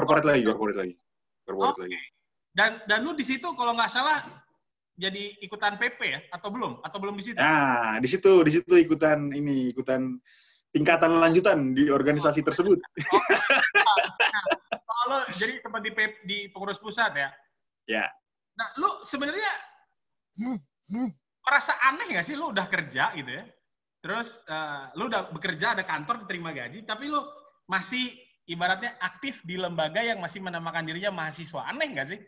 Dan lu di situ kalau nggak salah jadi ikutan PP ya atau belum di situ? Di situ ikutan tingkatan lanjutan di organisasi tersebut. Lo jadi sempat di pengurus pusat ya? Ya. Nah, lu sebenarnya merasa aneh nggak sih lu udah kerja gitu ya? Terus lu udah bekerja, ada kantor, diterima gaji, tapi lu masih ibaratnya aktif di lembaga yang masih menamakan dirinya mahasiswa. Aneh nggak sih?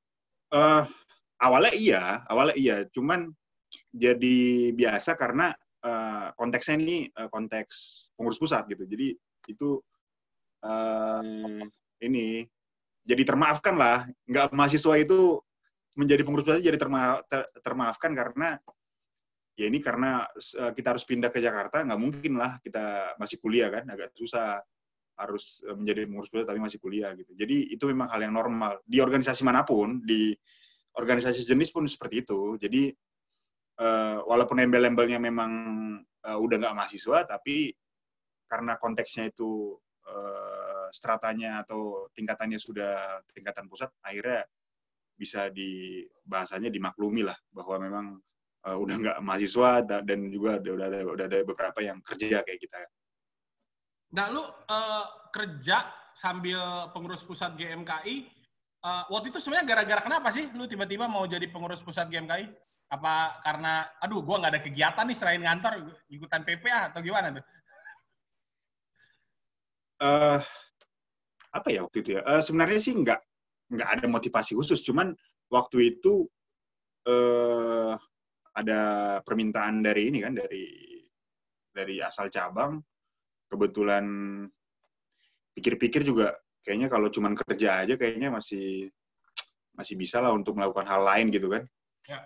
Awalnya iya. Cuman jadi biasa karena konteksnya ini konteks pengurus pusat gitu. Jadi itu ini jadi termaafkan lah. Nggak mahasiswa itu menjadi pengurus pusat jadi termaafkan karena ya ini karena kita harus pindah ke Jakarta, nggak mungkin lah kita masih kuliah kan, agak susah harus menjadi pengurus pusat tapi masih kuliah gitu. Jadi itu memang hal yang normal di organisasi manapun, di organisasi jenis pun seperti itu. Jadi walaupun embel-embelnya memang udah nggak mahasiswa, tapi karena konteksnya itu stratanya atau tingkatannya sudah tingkatan pusat, akhirnya bisa bahasanya dimaklumi lah bahwa memang udah nggak mahasiswa dan juga udah ada beberapa yang kerja kayak kita. Nah, lu kerja sambil pengurus pusat GMKI, waktu itu sebenarnya gara-gara kenapa sih lu tiba-tiba mau jadi pengurus pusat GMKI? Apa karena, aduh, gua nggak ada kegiatan nih selain ngantor, ikutan PPA atau gimana tuh? Apa ya waktu itu ya? Sebenarnya sih nggak ada motivasi khusus, cuman waktu itu ada permintaan dari ini kan, dari asal cabang. Kebetulan pikir-pikir juga kayaknya kalau cuman kerja aja kayaknya masih bisa lah untuk melakukan hal lain gitu kan. Ya.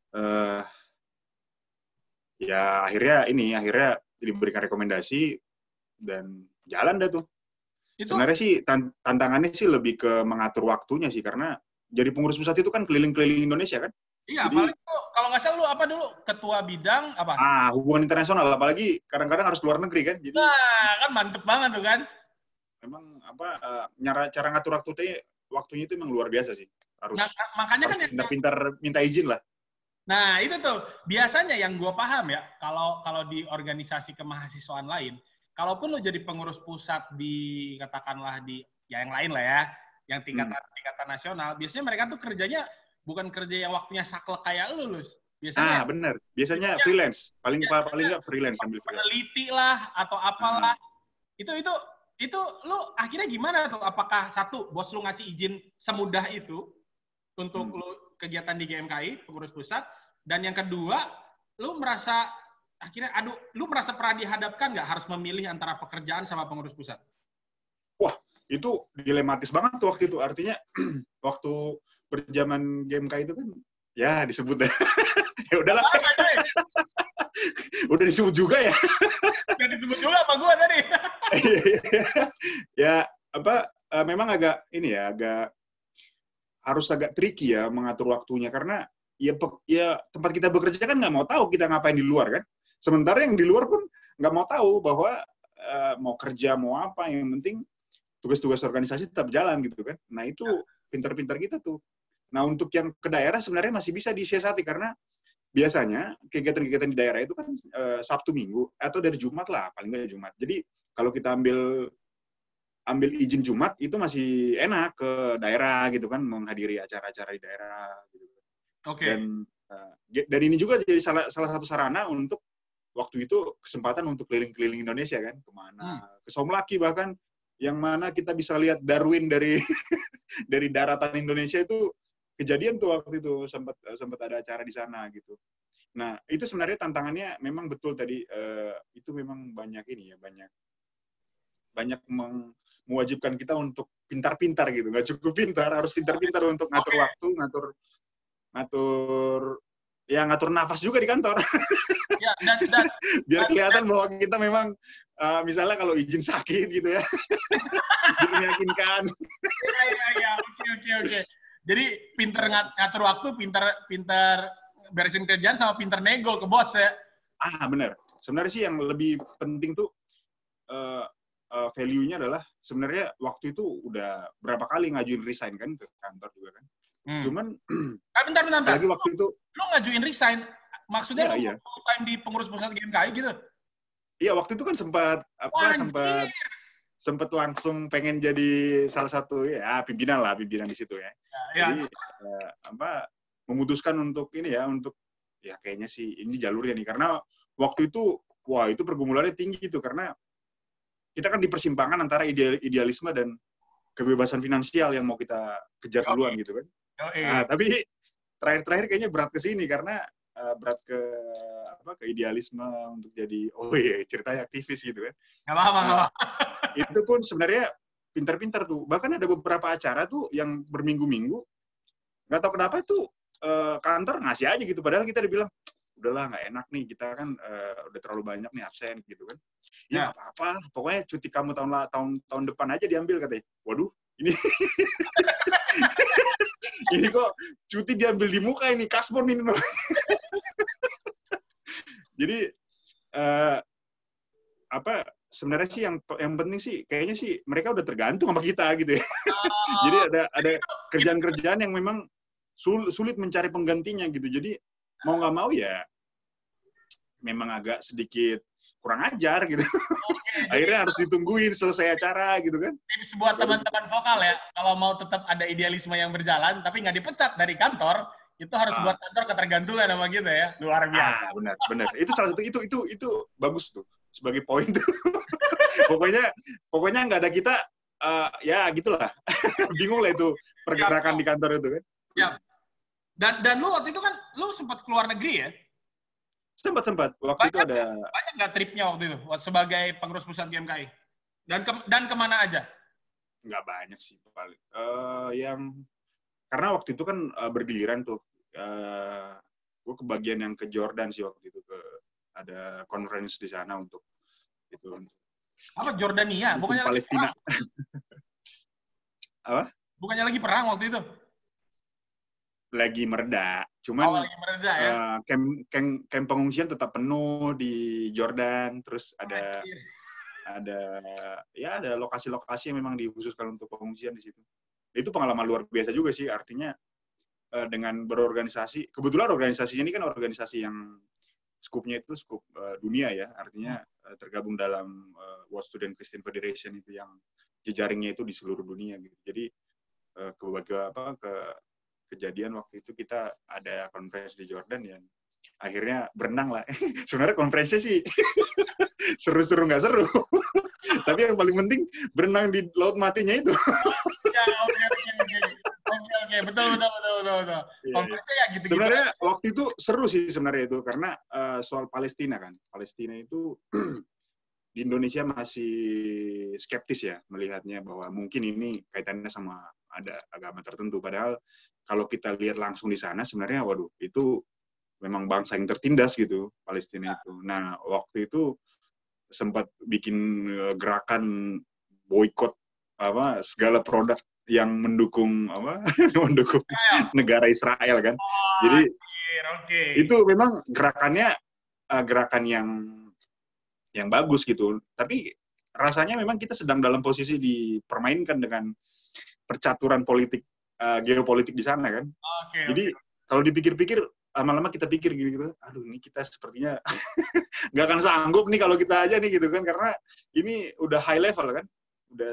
Ya akhirnya diberikan rekomendasi dan jalan dah tuh. Itu sebenarnya sih tantangannya sih lebih ke mengatur waktunya sih, karena jadi pengurus pusat itu kan keliling-keliling Indonesia kan. Iya, jadi, apalagi tuh, kalau nggak salah lu apa dulu? Ketua bidang apa? Hubungan internasional, apalagi kadang-kadang harus keluar negeri kan. Jadi, nah, kan mantep banget tuh kan. Memang cara ngatur waktunya itu memang luar biasa sih. Harus, makanya harus kan pintar-pintar minta izin lah. Nah, itu tuh biasanya yang gue paham ya, kalau di organisasi kemahasiswaan lain, kalaupun lo jadi pengurus pusat di katakanlah di yang lain lah ya, yang tingkatan nasional, biasanya mereka tuh kerjanya bukan kerja yang waktunya saklek kayak lu, Lus. Biasanya bener. Biasanya freelance. Paling nggak freelance sambil peneliti lah atau apalah. Itu lu akhirnya gimana tuh? Apakah satu bos lu ngasih izin semudah itu untuk lu kegiatan di GMKI, pengurus pusat, dan yang kedua, lu merasa pernah dihadapkan nggak harus memilih antara pekerjaan sama pengurus pusat? Wah, itu dilematis banget tuh waktu itu. Artinya waktu berjaman GMKI itu kan ya disebut ya udahlah. Udah disebut juga ya. Udah disebut juga sama gua tadi. Ya memang agak harus agak tricky ya mengatur waktunya, karena ya tempat kita bekerja kan nggak mau tahu kita ngapain di luar kan. Sementara yang di luar pun nggak mau tahu bahwa mau kerja mau apa, yang penting tugas-tugas organisasi tetap jalan gitu kan. Nah itu pintar-pintar kita tuh. Nah untuk yang ke daerah sebenarnya masih bisa disiasati, karena biasanya kegiatan-kegiatan di daerah itu kan Sabtu Minggu atau dari Jumat lah, paling nggak Jumat. Jadi kalau kita ambil izin Jumat itu masih enak ke daerah gitu kan, menghadiri acara-acara di daerah gitu. Oke. Dan ini juga jadi salah satu sarana untuk waktu itu kesempatan untuk keliling-keliling Indonesia kan, kemana, ke Somlaki bahkan, yang mana kita bisa lihat Darwin dari dari daratan Indonesia itu. Kejadian tuh waktu itu sempat ada acara di sana gitu. Nah itu sebenarnya tantangannya memang betul tadi, itu memang banyak mewajibkan kita untuk pintar-pintar gitu, nggak cukup pintar, harus pintar-pintar untuk ngatur waktu, ngatur nafas juga di kantor. Ya, biar kelihatan bahwa kita memang misalnya kalau izin sakit gitu ya, biar meyakinkan. Iya, oke. Jadi pinter ngatur waktu, pinter beresin kerjaan, sama pinter nego ke bos ya. Benar. Sebenarnya sih yang lebih penting tuh value-nya adalah sebenarnya waktu itu udah berapa kali ngajuin resign kan ke kantor juga kan. Cuman bentar. Lagi waktu itu lu ngajuin resign, maksudnya lu full time di pengurus pusat GMKI gitu? Iya, waktu itu kan sempat langsung pengen jadi salah satu pimpinan di situ ya. Jadi memutuskan untuk kayaknya sih ini jalurnya nih, karena waktu itu itu pergumulannya tinggi itu, karena kita kan di persimpangan antara idealisme dan kebebasan finansial yang mau kita kejar duluan gitu kan. Nah, tapi terakhir kayaknya berat ke sini, karena berat ke ke idealisme untuk jadi ceritanya aktivis gitu kan. Nggak apa-apa, nggak Nah, apa-apa. itu pun sebenarnya pintar-pintar tuh. Bahkan ada beberapa acara tuh yang berminggu-minggu, nggak tahu kenapa tuh kantor ngasih aja gitu. Padahal kita dibilang, udahlah nggak enak nih, kita kan udah terlalu banyak nih absen gitu kan. Ya nggak apa-apa, pokoknya cuti kamu tahun depan aja diambil katanya. Waduh, ini ini kok cuti diambil di muka ini, kasbon ini. Jadi sebenarnya sih yang penting sih kayaknya sih mereka udah tergantung sama kita gitu ya. Jadi ada kerjaan-kerjaan yang memang sulit mencari penggantinya gitu. Jadi mau nggak mau ya memang agak sedikit kurang ajar gitu. Akhirnya harus ditungguin selesai acara gitu kan. Tips buat teman-teman vokal ya, kalau mau tetap ada idealisme yang berjalan tapi nggak dipecat dari kantor, itu harus buat kantor ketergantungan sama kita ya. Luar biasa. Benar. Itu salah satu itu bagus tuh sebagai poin tuh. pokoknya nggak ada kita ya gitulah. Bingung lah itu pergerakan di kantor itu kan. Ya. Dan lu waktu itu kan lu sempat keluar negeri ya? Sempat. Waktu itu ada. Banyak nggak tripnya waktu itu sebagai pengurus pusat GMKI? Dan kemana aja? Nggak banyak sih paling. Karena waktu itu kan bergiliran tuh. Gue kebagian yang ke Jordan sih waktu itu, ada conference di sana untuk itu. Apa Jordania? Bukannya Palestina. Apa? Bukannya lagi perang waktu itu? Lagi mereda. Cuman lagi mereda, ya? camp pengungsian tetap penuh di Jordan. Terus ada lokasi-lokasi yang memang dikhususkan untuk pengungsian di situ. Itu pengalaman luar biasa juga sih. Artinya dengan berorganisasi, kebetulan organisasinya ini kan organisasi yang skupnya itu skup dunia ya. Artinya tergabung dalam World Student Christian Federation itu yang jejaringnya itu di seluruh dunia gitu. Jadi kejadian waktu itu kita ada konferensi di Jordan ya, akhirnya berenang lah. Sebenarnya konferensi sih seru-seru nggak seru, tapi yang paling penting berenang di laut matinya itu. Oke, betul. Konferensi ya gitu. Sebenarnya waktu itu seru sih sebenarnya itu karena soal Palestina kan. Palestina itu di Indonesia masih skeptis ya melihatnya bahwa mungkin ini kaitannya sama ada agama tertentu. Padahal kalau kita lihat langsung di sana sebenarnya waduh itu memang bangsa yang tertindas gitu Palestina itu. Nah, waktu itu sempat bikin gerakan boikot segala produk yang mendukung mendukung negara Israel kan. Jadi itu memang gerakannya gerakan yang bagus gitu. Tapi rasanya memang kita sedang dalam posisi dipermainkan dengan percaturan politik geopolitik di sana kan. Jadi kalau dipikir-pikir lama-lama kita pikir gitu, aduh ini kita sepertinya nggak akan sanggup nih kalau kita aja nih gitu kan, karena ini udah high level kan, udah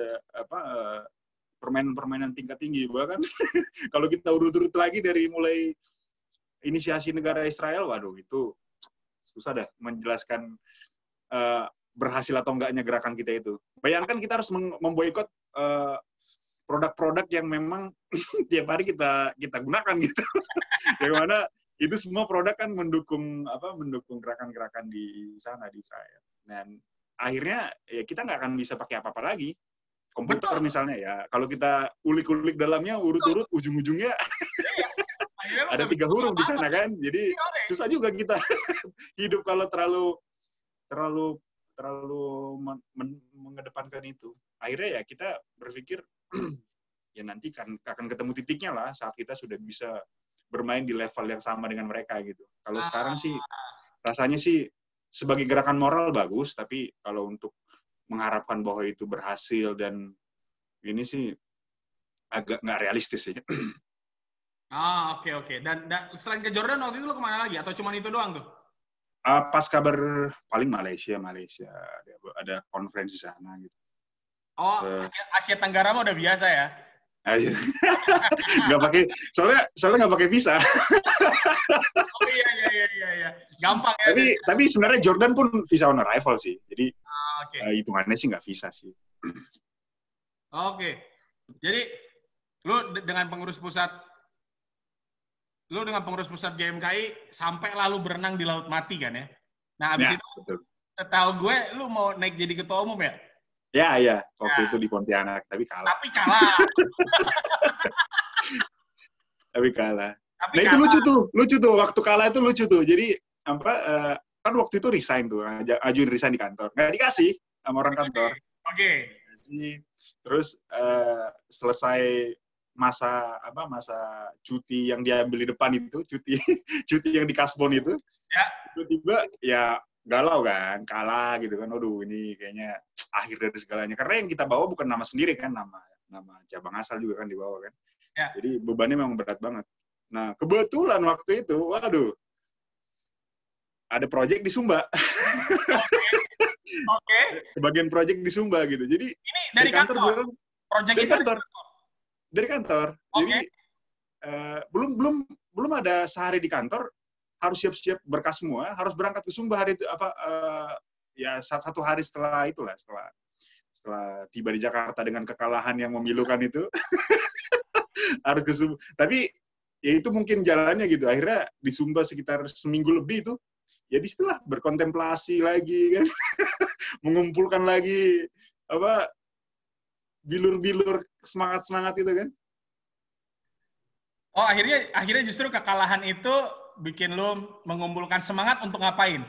permainan tingkat tinggi bahkan kalau kita urut-urut lagi dari mulai inisiasi negara Israel, waduh itu susah dah menjelaskan berhasil atau enggaknya gerakan kita itu. Bayangkan kita harus memboikot produk-produk yang memang tiap hari kita gunakan gitu. Bagaimana itu semua produk kan mendukung gerakan-gerakan di sana di Israel. Dan akhirnya ya kita nggak akan bisa pakai apa-apa lagi. Komputer misalnya ya, kalau kita ulik-ulik dalamnya urut-urut ujung-ujungnya ada 3 huruf di sana kan. Jadi susah juga kita hidup kalau terlalu mengedepankan itu. Akhirnya ya kita berpikir ya nanti kan akan ketemu titiknya lah saat kita sudah bisa bermain di level yang sama dengan mereka gitu. Kalau sekarang sih rasanya sih sebagai gerakan moral bagus, tapi kalau untuk mengharapkan bahwa itu berhasil dan ini sih agak nggak realistis sih. Oke. Dan selain ke Jordan waktu itu lo kemana lagi? Atau cuma itu doang tuh? Pas kabar paling Malaysia ada konferensi sana gitu. Asia Tenggara mah udah biasa ya? Nggak pakai, soalnya nggak pakai visa. Iya. Gampang ya. Tapi sebenarnya Jordan pun visa on arrival sih. Jadi hitungannya sih nggak visa sih. Oke. Jadi lu dengan pengurus pusat GMKI sampai lalu berenang di Laut Mati kan ya? Nah, abis Ya, itu betul. setahu gue lu mau naik jadi ketua umum ya? Ya, waktu Ya, itu di Pontianak, tapi kalah. tapi kalah. Tapi kalah. Tapi Nah itu kalah. lucu tuh, waktu kalah itu lucu tuh. Jadi apa? Kan waktu itu resign tuh, ajuin resign di kantor, nggak dikasih sama orang kantor. Oke. Terus selesai masa cuti yang diambil di depan itu, cuti yang di kasbon itu, Ya. tiba-tiba ya galau kan, kalah gitu kan. Aduh, ini kayaknya akhir dari segalanya. Karena yang kita bawa bukan nama sendiri kan, nama cabang asal juga kan dibawa kan. Ya. Jadi bebannya memang berat banget. Nah, kebetulan waktu itu, waduh, ada proyek di Sumba. Oke. Sebagian proyek di Sumba gitu. Jadi Ini dari kantor bilang, proyek dari itu kantor. Dari kantor. Oke. Jadi belum ada sehari di kantor, harus siap-siap berkas semua, harus berangkat ke Sumba hari itu ya satu hari setelah itulah, setelah tiba di Jakarta dengan kekalahan yang memilukan itu. Harus ke Sumba. Tapi ya itu mungkin jalannya gitu. Akhirnya di Sumba sekitar seminggu lebih itu, ya disitulah berkontemplasi lagi kan, mengumpulkan lagi apa bilur-bilur semangat itu kan. Oh, akhirnya justru kekalahan itu bikin lo mengumpulkan semangat untuk ngapain?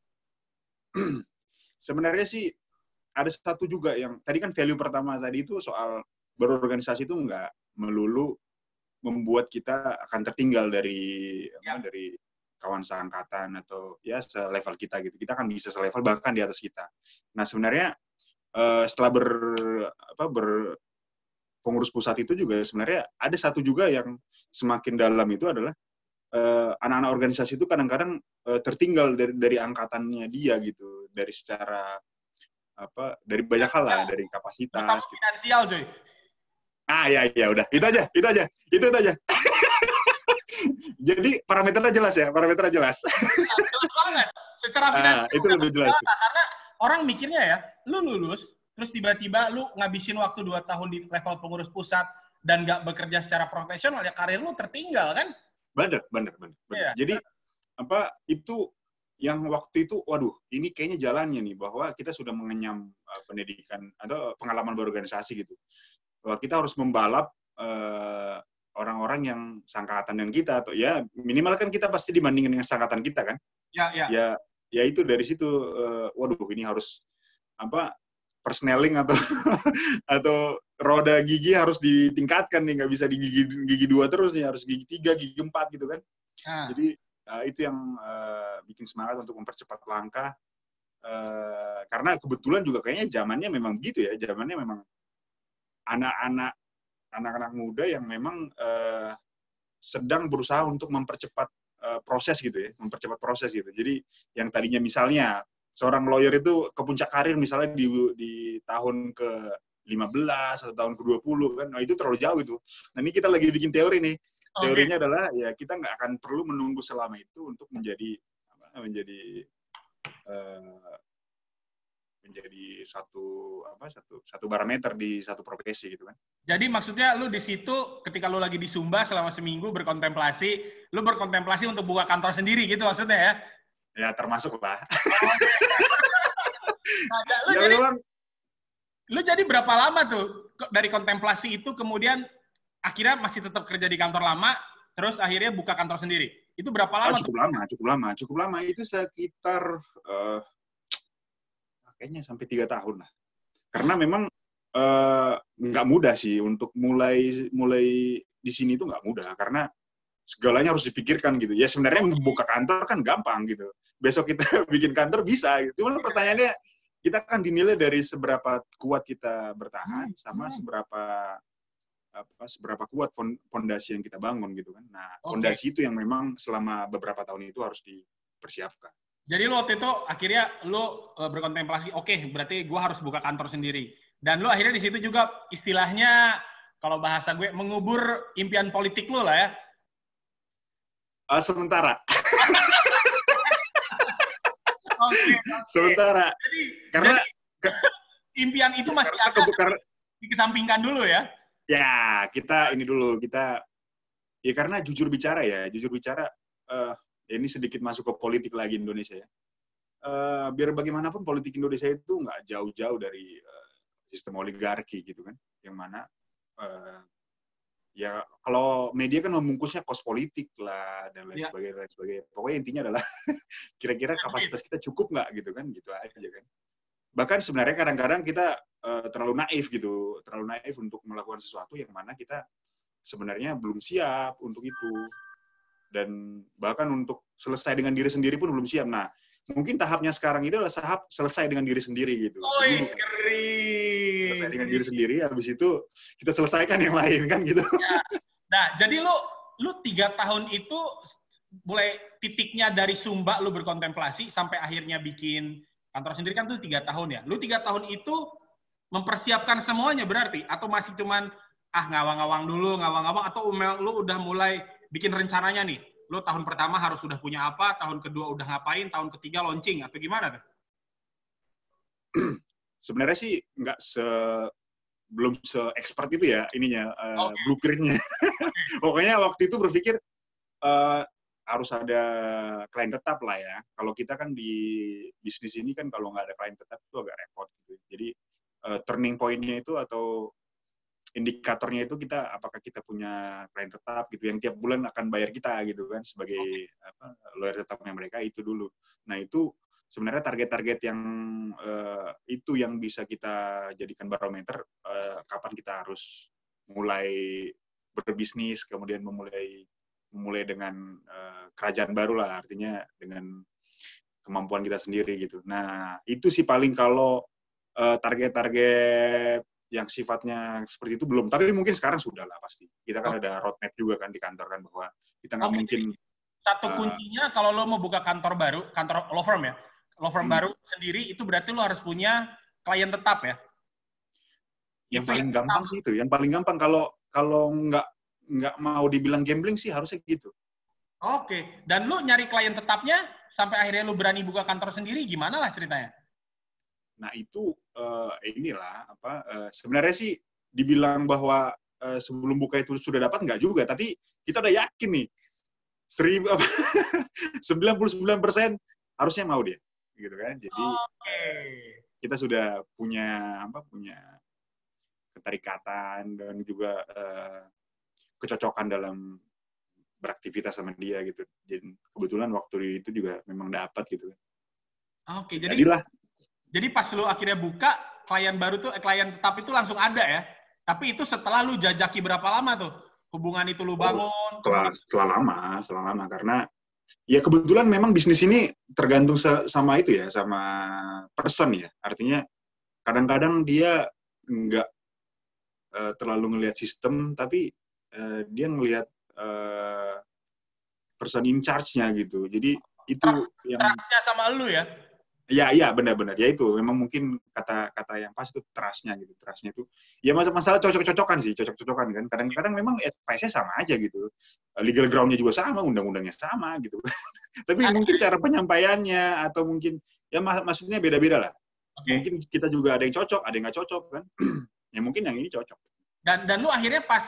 Sebenarnya sih ada satu juga yang tadi kan value pertama tadi itu soal berorganisasi itu nggak melulu membuat kita akan tertinggal dari kawan seangkatan atau ya selevel kita gitu. Kita kan bisa selevel bahkan di atas kita. Nah sebenarnya setelah pengurus pusat itu juga sebenarnya ada satu juga yang semakin dalam itu adalah anak-anak organisasi itu kadang-kadang tertinggal dari angkatannya dia gitu, dari secara dari banyak hal lah, dari kapasitas gitu. Finansial cuy. Ya udah, itu aja. Jadi parameternya jelas ya, jelas banget. Secara finansial itu lebih jelas. Karena orang mikirnya ya, lu lulus, terus tiba-tiba lu ngabisin waktu 2 tahun di level pengurus pusat dan nggak bekerja secara profesional, ya karir lu tertinggal kan? Bener. Iya. Jadi itu yang waktu itu, waduh, ini kayaknya jalannya nih, bahwa kita sudah mengenyam pendidikan atau pengalaman berorganisasi gitu. Bahwa kita harus membalap orang-orang yang seangkatan dengan kita, atau ya minimal kan kita pasti dibandingin dengan seangkatan kita kan. Ya itu dari situ, waduh, ini harus persneling atau roda gigi harus ditingkatkan nih, nggak bisa di gigi 2 terus nih, harus gigi 3, gigi 4 gitu kan. Jadi itu yang bikin semangat untuk mempercepat langkah, karena kebetulan juga kayaknya zamannya memang gitu ya, zamannya memang anak-anak muda yang memang sedang berusaha untuk mempercepat proses gitu ya, Jadi yang tadinya misalnya seorang lawyer itu ke puncak karir misalnya di tahun ke-15 atau tahun ke-20 kan, nah itu terlalu jauh itu. Nah ini kita lagi bikin teori nih. Teorinya adalah ya kita nggak akan perlu menunggu selama itu untuk menjadi satu parameter di satu profesi gitu kan. Jadi maksudnya lu di situ ketika lu lagi di Sumba selama seminggu lu berkontemplasi untuk buka kantor sendiri gitu maksudnya ya? Ya termasuk lah. Lu jadi berapa lama tuh dari kontemplasi itu kemudian akhirnya masih tetap kerja di kantor lama, terus akhirnya buka kantor sendiri? Itu berapa lama? Cukup lama. Itu sekitar kayaknya sampai 3 tahun lah. Karena memang nggak mudah sih untuk mulai di sini itu nggak mudah, karena segalanya harus dipikirkan gitu. Ya sebenarnya membuka kantor kan gampang gitu. Besok kita bikin kantor bisa. Gitu. Cuma pertanyaannya, kita kan dinilai dari seberapa kuat kita bertahan sama seberapa kuat fondasi yang kita bangun gitu kan. Nah, fondasi itu yang memang selama beberapa tahun itu harus dipersiapkan. Jadi lo waktu itu akhirnya lo berkontemplasi, oke, berarti gue harus buka kantor sendiri. Dan lo akhirnya di situ juga istilahnya, kalau bahasa gue, mengubur impian politik lo lah ya? Sementara. Okay. Sementara. Karena impian itu masih akan dikesampingkan dulu ya? Ya, kita ya karena jujur bicara, ini sedikit masuk ke politik lagi Indonesia ya. biar bagaimanapun politik Indonesia itu nggak jauh-jauh dari sistem oligarki gitu kan, yang mana ya kalau media kan membungkusnya kos politik lah dan lain Ya. sebagainya, lain sebagainya. Pokoknya intinya adalah kira-kira kapasitas kita cukup nggak gitu kan, gitu aja kan. Bahkan sebenarnya kadang-kadang kita terlalu naif gitu, terlalu naif untuk melakukan sesuatu yang mana kita sebenarnya belum siap untuk itu. Dan bahkan untuk selesai dengan diri sendiri pun belum siap. Nah, mungkin tahapnya sekarang itu adalah tahap selesai dengan diri sendiri gitu. Oi, Jadi selesai dengan keren. diri sendiri, habis itu kita selesaikan yang lain kan gitu. Ya. Nah, jadi lu 3 tahun itu mulai titiknya dari Sumba lu berkontemplasi sampai akhirnya bikin kantor sendiri kan tuh 3 tahun ya. Lu 3 tahun itu mempersiapkan semuanya berarti atau masih cuman ngawang-ngawang dulu, ngawang-ngawang atau lu udah mulai bikin rencananya nih. Lu tahun pertama harus sudah punya apa, tahun kedua udah ngapain, tahun ketiga launching atau gimana tuh? Sebenarnya sih nggak belum se-expert itu ya ininya, blueprint-nya. Pokoknya waktu itu berpikir harus ada klien tetap lah ya. Kalau kita kan di bisnis ini kan kalau nggak ada klien tetap itu agak repot gitu. Jadi turning point-nya itu atau indikatornya itu apakah kita punya klien tetap gitu yang tiap bulan akan bayar kita gitu kan sebagai lawyer tetapnya mereka itu dulu. Nah itu sebenarnya target-target yang itu yang bisa kita jadikan barometer kapan kita harus mulai berbisnis, kemudian memulai dengan kerajaan baru lah, artinya dengan kemampuan kita sendiri gitu. Nah itu sih paling kalau target-target yang sifatnya seperti itu belum, tapi mungkin sekarang sudah lah pasti. Kita kan ada roadmap juga kan di kantor kan bahwa kita nggak mungkin. Satu kuncinya kalau lo mau buka kantor baru, kantor law firm ya, law firm baru sendiri itu berarti lo harus punya klien tetap ya. Yang itu paling gampang sih itu, yang paling gampang kalau nggak mau dibilang gambling sih harusnya gitu. Oke, dan lu nyari klien tetapnya sampai akhirnya lu berani buka kantor sendiri, gimana lah ceritanya? Nah itu inilah sebenarnya sih dibilang bahwa sebelum buka itu sudah dapat nggak juga, tapi kita udah yakin nih 99% harusnya mau dia, gitu kan? Jadi kita sudah punya keterikatan dan juga kecocokan dalam beraktivitas sama dia gitu. Jadi kebetulan waktu itu juga memang dapat gitu. Oke, jadi pas lu akhirnya buka klien baru tuh klien tetap itu langsung ada ya. Tapi itu setelah lu jajaki berapa lama tuh hubungan itu lu bangun? Setelah lama karena ya kebetulan memang bisnis ini tergantung sama itu ya, sama person ya. Artinya kadang-kadang dia nggak terlalu ngelihat sistem, tapi dia ngelihat person in charge-nya gitu. Jadi itu yang trust-nya sama lu ya. Iya benar-benar ya itu memang mungkin kata yang pas itu trust-nya gitu. Trust-nya itu ya masalah cocok-cocokan sih, cocok-cocokan kan. Kadang-kadang memang advice-nya sama aja gitu. Legal ground-nya juga sama, undang-undangnya sama gitu. Tapi mungkin cara penyampaiannya atau mungkin ya maksudnya beda-beda lah. Mungkin kita juga ada yang cocok, ada yang nggak cocok kan. Ya mungkin yang ini cocok. Dan lu akhirnya pas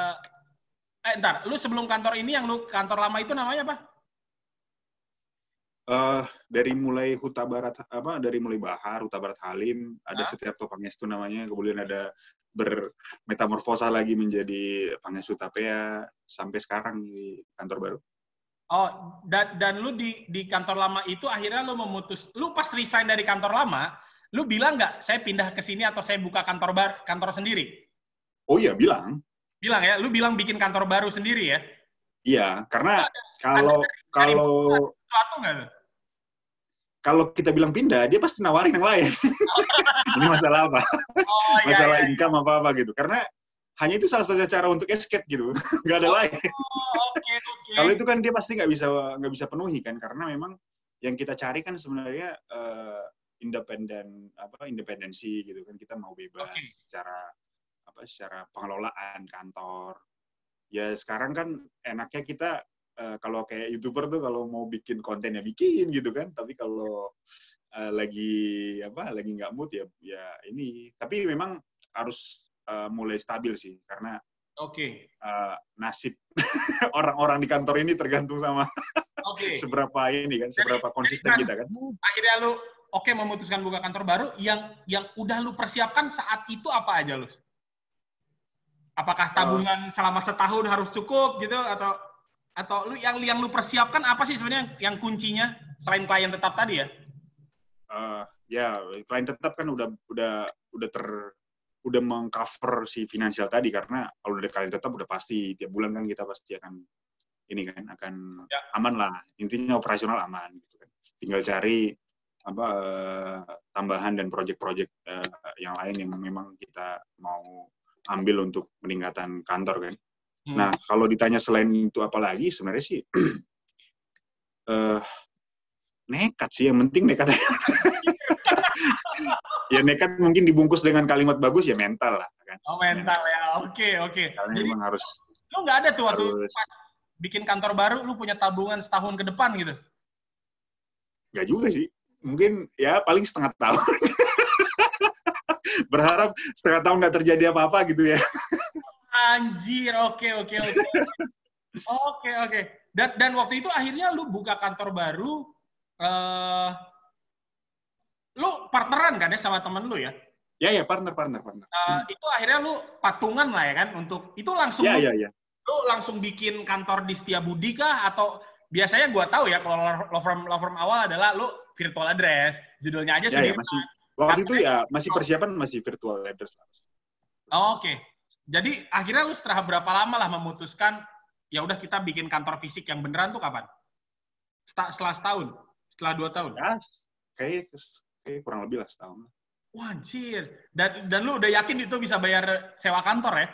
lu sebelum kantor ini yang lu kantor lama itu namanya apa? Dari mulai Huta Barat dari mulai Bahar, Huta Barat Halim, ada Setiarto Pangestu namanya, kemudian ada bermetamorfosa lagi menjadi Pangestu Tapea sampai sekarang di kantor baru. Oh, dan lu di kantor lama itu akhirnya lu lu pas resign dari kantor lama, lu bilang nggak saya pindah ke sini atau saya buka kantor sendiri? Oh iya, bilang. Bilang ya, lu bilang bikin kantor baru sendiri ya? Iya, karena kalau kita bilang pindah, dia pasti nawarin yang lain. Ini masalah apa? Masalah income apa gitu. Karena hanya itu salah satu cara untuk escape gitu, nggak ada lain. Kalau itu kan dia pasti nggak bisa penuhi kan, karena memang yang kita cari kan sebenarnya independensi gitu kan, kita mau bebas secara pengelolaan kantor. Ya sekarang kan enaknya kita kalau kayak YouTuber tuh kalau mau bikin konten ya bikin gitu kan, tapi kalau lagi nggak mood ya ini. Tapi memang harus mulai stabil sih, karena nasib orang-orang di kantor ini tergantung sama Oke. seberapa ini kan, seberapa konsisten kita kan. Akhirnya lu memutuskan buka kantor baru, yang udah lu persiapkan saat itu apa aja lu? Apakah tabungan selama setahun harus cukup gitu, atau lu yang lu persiapkan apa sih sebenarnya yang kuncinya selain klien tetap tadi ya? Ya, klien tetap kan udah mengcover si finansial tadi, karena kalau udah klien tetap udah pasti tiap bulan kan kita pasti akan aman lah, intinya operasional aman gitu kan. Tinggal cari tambahan dan proyek-proyek yang lain yang memang kita mau ambil untuk peningkatan kantor kan. Nah, kalau ditanya selain itu apa lagi, sebenarnya sih nekat sih, yang penting nekat. Ya nekat mungkin dibungkus dengan kalimat bagus, ya mental lah kan. Oh, mental ya. Oke. Karena jadi memang harus. Lu nggak ada tuh waktu pas bikin kantor baru lu punya tabungan setahun ke depan gitu? Nggak juga sih. Mungkin ya paling setengah tahun. Berharap setengah tahun nggak terjadi apa-apa gitu ya. Anjir, oke. Oke. Dan waktu itu akhirnya lu buka kantor baru, lu partneran kan ya sama temen lu ya? Ya, partner. Itu akhirnya lu patungan lah ya kan untuk itu langsung. Ya. Lu langsung bikin kantor di Setiabudi kah, atau biasanya gua tahu ya kalau law firm awal adalah lu virtual address, judulnya aja sendiri. Waktu itu ya masih persiapan masih virtual address. Oke. Jadi akhirnya lu setelah berapa lama lah memutuskan ya udah kita bikin kantor fisik yang beneran tuh kapan? Setelah setahun? Setelah 2 tahun? Ya, kayak kurang lebih lah setahun. Wah, anjir. Dan lu udah yakin itu bisa bayar sewa kantor ya?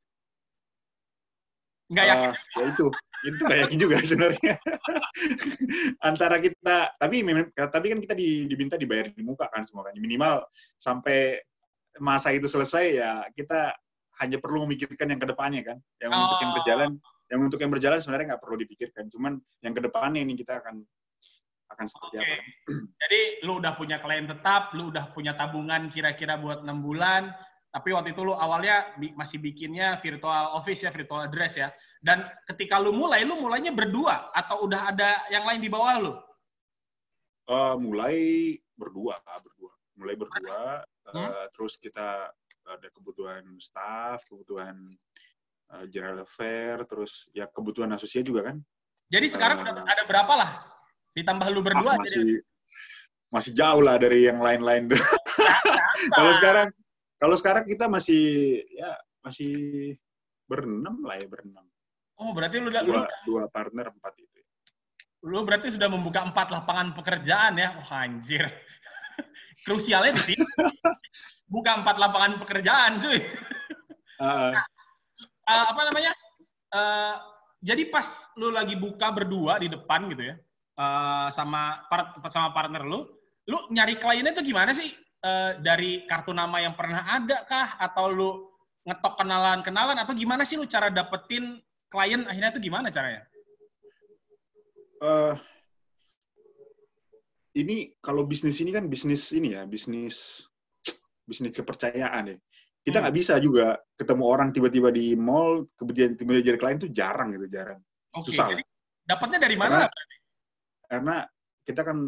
Nggak yakin. Ya itu nggak yakin juga sebenarnya. Antara kita, tapi kan kita diminta dibayar di muka kan semua kan. Minimal sampai masa itu selesai ya kita hanya perlu memikirkan yang ke depannya kan. Untuk yang berjalan sebenarnya nggak perlu dipikirkan. Cuman yang ke depannya ini kita akan seperti apa. Jadi lu udah punya klien tetap, lu udah punya tabungan kira-kira buat 6 bulan, tapi waktu itu lu awalnya masih bikinnya virtual office ya, virtual address ya. Dan ketika lu mulainya berdua atau udah ada yang lain di bawah lu? Mulai berdua. Terus kita ada kebutuhan staff, kebutuhan general affair, terus ya kebutuhan asosiat juga kan. Jadi sekarang ada berapa lah? Ditambah lu berdua masih jauh lah dari yang lain-lain. Kalau sekarang kita masih berenam lah ya, berenam. Oh, berarti lu dua partner 4 itu. Lu berarti sudah membuka 4 lapangan pekerjaan ya. Oh, anjir. Krusialnya di sini. Buka 4 lapangan pekerjaan, cuy. Apa namanya? Jadi pas lu lagi buka berdua di depan gitu ya. Sama partner lu nyari kliennya tuh gimana sih? Dari kartu nama yang pernah ada kah? Atau lu ngetok kenalan atau gimana sih lu cara dapetin klien akhirnya tuh gimana caranya? Ini kalau bisnis ini kan bisnis kepercayaan ya. Kita nggak bisa juga ketemu orang tiba-tiba di mall kemudian jadi klien tuh jarang. Okay. Susah. Jadi, dapatnya dari mana? Karena kita kan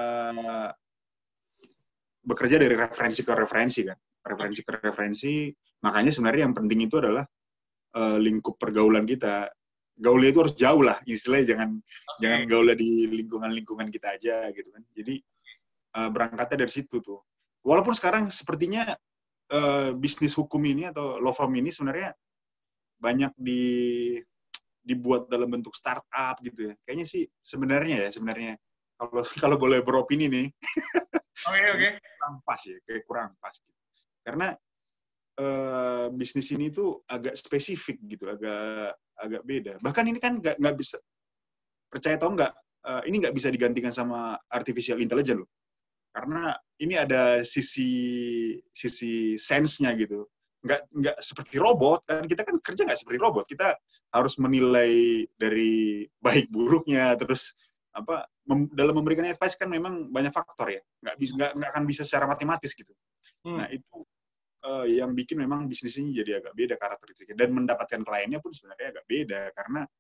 bekerja dari referensi ke referensi kan. Referensi ke referensi. Makanya sebenarnya yang penting itu adalah lingkup pergaulan kita. Gaulnya itu harus jauh lah, istilahnya jangan gaulnya di lingkungan kita aja gitu kan. Jadi berangkatnya dari situ tuh. Walaupun sekarang sepertinya bisnis hukum ini atau law firm ini sebenarnya banyak dibuat dalam bentuk startup gitu ya. Kayaknya sih sebenarnya kalau boleh beropini nih. Oke. Kurang pas gitu. Karena bisnis ini tuh agak spesifik gitu, agak beda. Bahkan ini kan nggak bisa, percaya atau nggak, ini nggak bisa digantikan sama artificial intelligence loh. Karena ini ada sisi sense-nya gitu. Nggak seperti robot, kan kita kan kerja nggak seperti robot. Kita harus menilai dari baik buruknya, terus dalam memberikan advice kan memang banyak faktor ya. Nggak akan bisa secara matematis gitu. Nah itu yang bikin memang bisnis ini jadi agak beda karakteristiknya, dan mendapatkan kliennya pun sebenarnya agak beda karena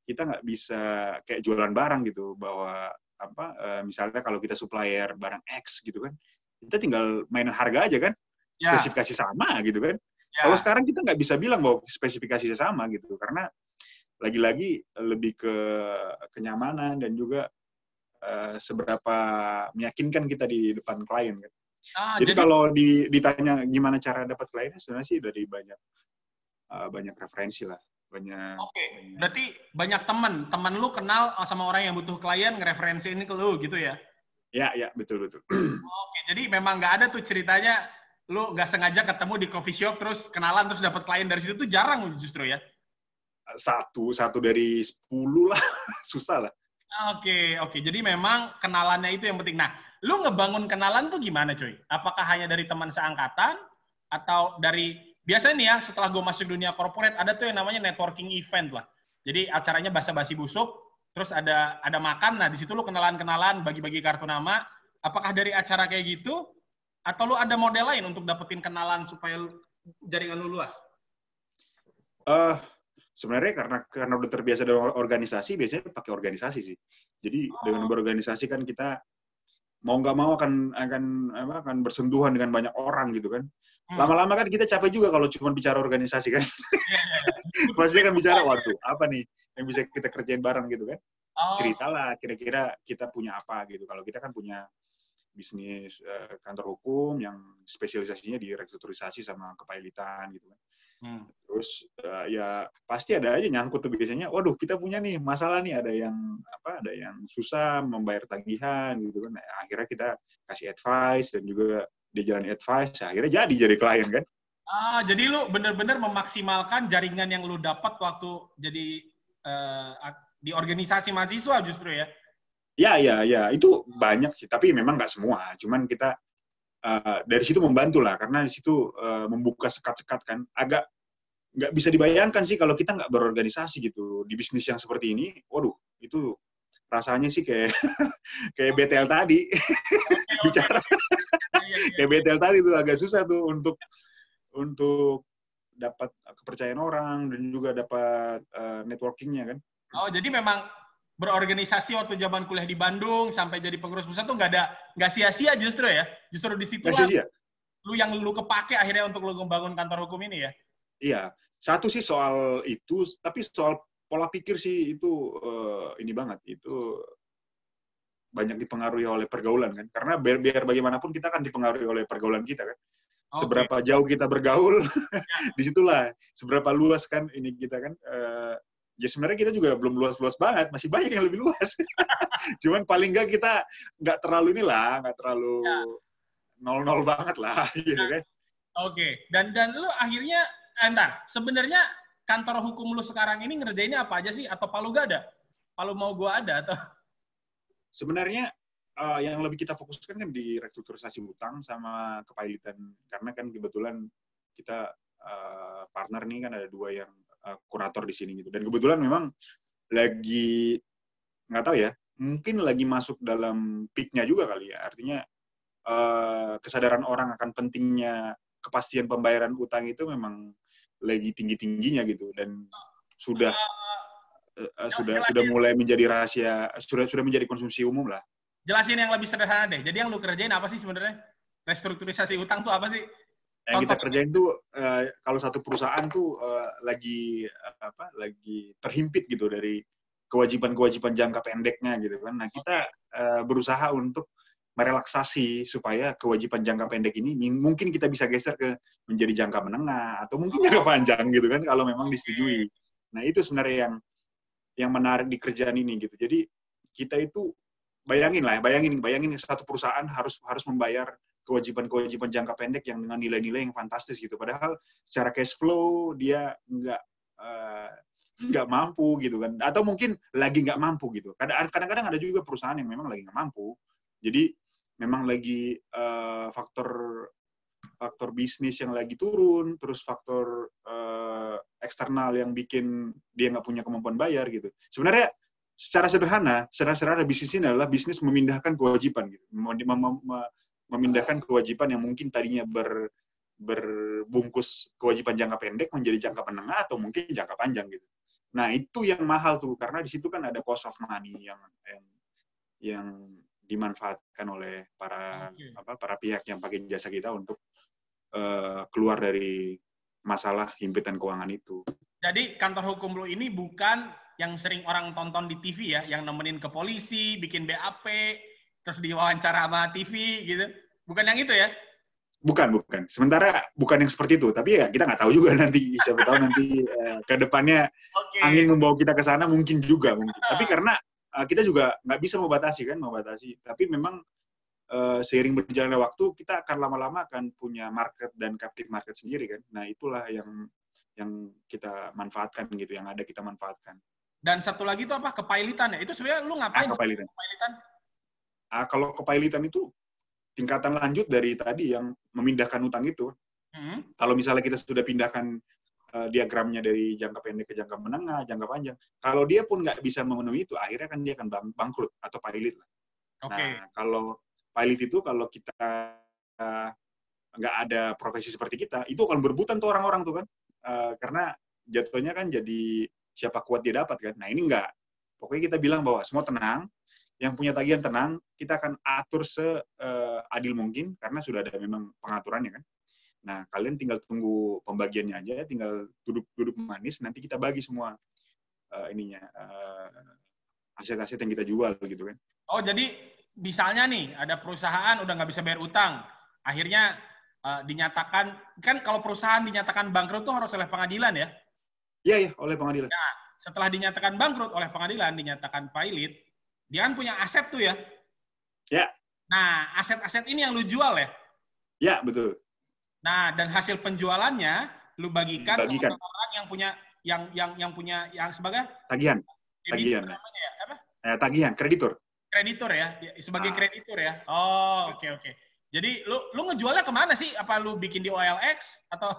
kita nggak bisa kayak jualan barang gitu, bahwa misalnya kalau kita supplier barang X gitu kan, kita tinggal main harga aja kan, Ya, spesifikasi sama gitu kan. Kalau ya. sekarang kita nggak bisa bilang bahwa spesifikasinya sama gitu, karena lagi-lagi lebih ke kenyamanan dan juga seberapa meyakinkan kita di depan klien kan. Jadi Jadi kalau ditanya gimana cara dapat kliennya, sebenarnya sih dari banyak referensi lah, banyak oke. banyak. Berarti banyak teman lu kenal sama orang yang butuh klien ngereferensi ini ke lu gitu ya? Ya, betul. Oke, jadi memang nggak ada tuh ceritanya lu nggak sengaja ketemu di coffee shop terus kenalan terus dapat klien dari situ tuh jarang justru ya? Satu dari 10 lah, susah lah. Oke. Jadi memang kenalannya itu yang penting. Nah, lu ngebangun kenalan tuh gimana, coy? Apakah hanya dari teman seangkatan atau dari biasanya nih ya setelah gue masuk dunia corporate ada tuh yang namanya networking event lah. Jadi acaranya basa-basi busuk, terus ada makan. Nah, di situ lu kenalan-kenalan, bagi-bagi kartu nama. Apakah dari acara kayak gitu atau lu ada model lain untuk dapetin kenalan supaya jaringan lu luas? Sebenarnya karena udah terbiasa dengan organisasi, biasanya pakai organisasi sih. Jadi dengan berorganisasi kan kita mau nggak mau akan bersentuhan dengan banyak orang gitu kan. Lama-lama kan kita capek juga kalau cuma bicara organisasi kan. Pasti kan bicara, waduh, apa nih yang bisa kita kerjain bareng gitu kan. Ceritalah kira-kira kita punya apa gitu. Kalau kita kan punya bisnis kantor hukum yang spesialisasinya di restrukturisasi sama kepailitan gitu kan. Terus ya pasti ada aja nyangkut tuh biasanya. Waduh, kita punya nih masalah nih, ada yang susah membayar tagihan gitu kan. Nah, akhirnya kita kasih advice dan juga dia jalan advice, akhirnya jadi klien kan. Jadi lu bener-bener memaksimalkan jaringan yang lu dapat waktu jadi di organisasi mahasiswa justru ya? Ya, itu banyak sih, tapi memang nggak semua. Cuman kita dari situ membantu lah, karena di situ membuka sekat-sekat kan. Agak nggak bisa dibayangkan sih kalau kita nggak berorganisasi gitu di bisnis yang seperti ini. Waduh, itu rasanya sih kayak kayak BTL tadi. Bicara kayak BTL tadi tuh agak susah tuh untuk dapat kepercayaan orang dan juga dapat networkingnya kan. Jadi memang berorganisasi waktu zaman kuliah di Bandung sampai jadi pengurus pusat tuh nggak sia-sia justru ya. Justru di situlah lu kepake akhirnya untuk lu membangun kantor hukum ini ya. Iya, satu sih soal itu, tapi soal pola pikir sih itu ini banget, itu banyak dipengaruhi oleh pergaulan kan. Karena biar bagaimanapun kita kan dipengaruhi oleh pergaulan kita kan. Seberapa jauh kita bergaul, disitulah seberapa luas kan ini kita kan. Ya sebenarnya kita juga belum luas-luas banget, masih banyak yang lebih luas. Cuman paling nggak kita nggak terlalu nggak terlalu nol-nol banget lah, gitu kan. Oke. Dan lu akhirnya, sebenarnya kantor hukum lu sekarang ini ngerjainnya apa aja sih? Atau Palu gak ada? Palu mau gua ada atau? Sebenarnya yang lebih kita fokuskan kan di restrukturisasi hutang sama kepailitan, karena kan kebetulan kita partner nih kan ada 2 yang kurator di sini gitu, dan kebetulan memang lagi nggak tahu ya, mungkin lagi masuk dalam peak-nya juga kali ya, artinya kesadaran orang akan pentingnya kepastian pembayaran utang itu memang lagi tinggi-tingginya gitu, dan sudah mulai menjadi rahasia, sudah menjadi konsumsi umum lah. Jelasin yang lebih sederhana deh. Jadi yang lu kerjain apa sih sebenarnya? Restrukturisasi utang tuh apa sih? Yang kita kerjain tuh kalau satu perusahaan tuh lagi terhimpit gitu dari kewajiban-kewajiban jangka pendeknya gitu kan. Nah, kita berusaha untuk merelaksasi supaya kewajiban jangka pendek ini mungkin kita bisa geser ke menjadi jangka menengah atau mungkin jangka panjang gitu kan kalau memang disetujui. Nah, itu sebenarnya yang menarik di kerjaan ini gitu. Jadi kita itu bayangin satu perusahaan harus membayar kewajiban jangka pendek yang dengan nilai-nilai yang fantastis gitu. Padahal secara cash flow dia nggak mampu gitu kan. Atau mungkin lagi nggak mampu gitu. Kadang-kadang ada juga perusahaan yang memang lagi nggak mampu. Jadi memang lagi faktor bisnis yang lagi turun, terus faktor eksternal yang bikin dia nggak punya kemampuan bayar gitu. Sebenarnya secara sederhana bisnis ini adalah bisnis memindahkan kewajiban gitu. Memindahkan kewajiban yang mungkin tadinya berbungkus kewajiban jangka pendek menjadi jangka menengah atau mungkin jangka panjang gitu. Nah, itu yang mahal tuh, karena di situ kan ada cost of money yang dimanfaatkan oleh para pihak yang pakai jasa kita untuk keluar dari masalah himpitan keuangan itu. Jadi kantor hukum lu ini bukan yang sering orang tonton di TV ya, yang nemenin ke polisi, bikin BAP, terus diwawancara sama TV gitu. Bukan yang itu ya? Bukan. Sementara bukan yang seperti itu, tapi ya kita nggak tahu juga nanti, siapa tahu nanti ke depannya angin membawa kita ke sana mungkin. Tapi karena kita juga nggak bisa membatasi. Tapi memang seiring berjalannya waktu kita akan lama-lama akan punya market dan captive market sendiri kan. Nah, itulah yang kita manfaatkan gitu, yang ada kita manfaatkan. Dan satu lagi itu apa? Kepailitan ya. Itu sebenarnya lu ngapain? Kepailitan. Kalau kepailitan itu tingkatan lanjut dari tadi yang memindahkan utang itu. Kalau misalnya kita sudah pindahkan diagramnya dari jangka pendek ke jangka menengah, jangka panjang, kalau dia pun nggak bisa memenuhi itu, akhirnya kan dia akan bangkrut atau pailit lah. Nah, kalau pailit itu, kalau kita nggak ada profesi seperti kita, itu akan berebutan tuh orang-orang tuh kan, karena jatuhnya kan jadi siapa kuat dia dapat kan. Nah, ini nggak. Pokoknya kita bilang bahwa semua tenang, yang punya tagihan tenang, kita akan atur seadil mungkin, karena sudah ada memang pengaturannya kan. Nah, kalian tinggal tunggu pembagiannya aja, tinggal duduk manis, nanti kita bagi semua aset-aset yang kita jual gitu kan. Oh, jadi misalnya nih, ada perusahaan udah nggak bisa bayar utang, akhirnya dinyatakan, kan kalau perusahaan dinyatakan bangkrut tuh harus oleh pengadilan ya? Iya, oleh pengadilan. Nah, setelah dinyatakan bangkrut oleh pengadilan, dinyatakan pailit, dia kan punya aset tuh ya? Ya. Nah, aset-aset ini yang lu jual ya? Ya, betul. Nah, dan hasil penjualannya lu bagikan ke orang yang punya yang sebagai tagihan. Namanya ya, apa? Tagihan, kreditur. Kreditur ya, sebagai kreditur ya. Oh, oke. Jadi lu ngejualnya kemana sih? Apa lu bikin di OLX atau?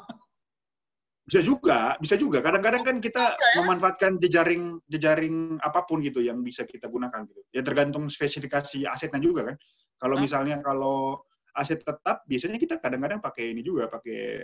Bisa juga. Kadang-kadang kan kita memanfaatkan jejaring apapun gitu yang bisa kita gunakan gitu. Ya tergantung spesifikasi asetnya juga kan. Kalau misalnya kalau aset tetap, biasanya kita kadang-kadang pakai ini juga, pakai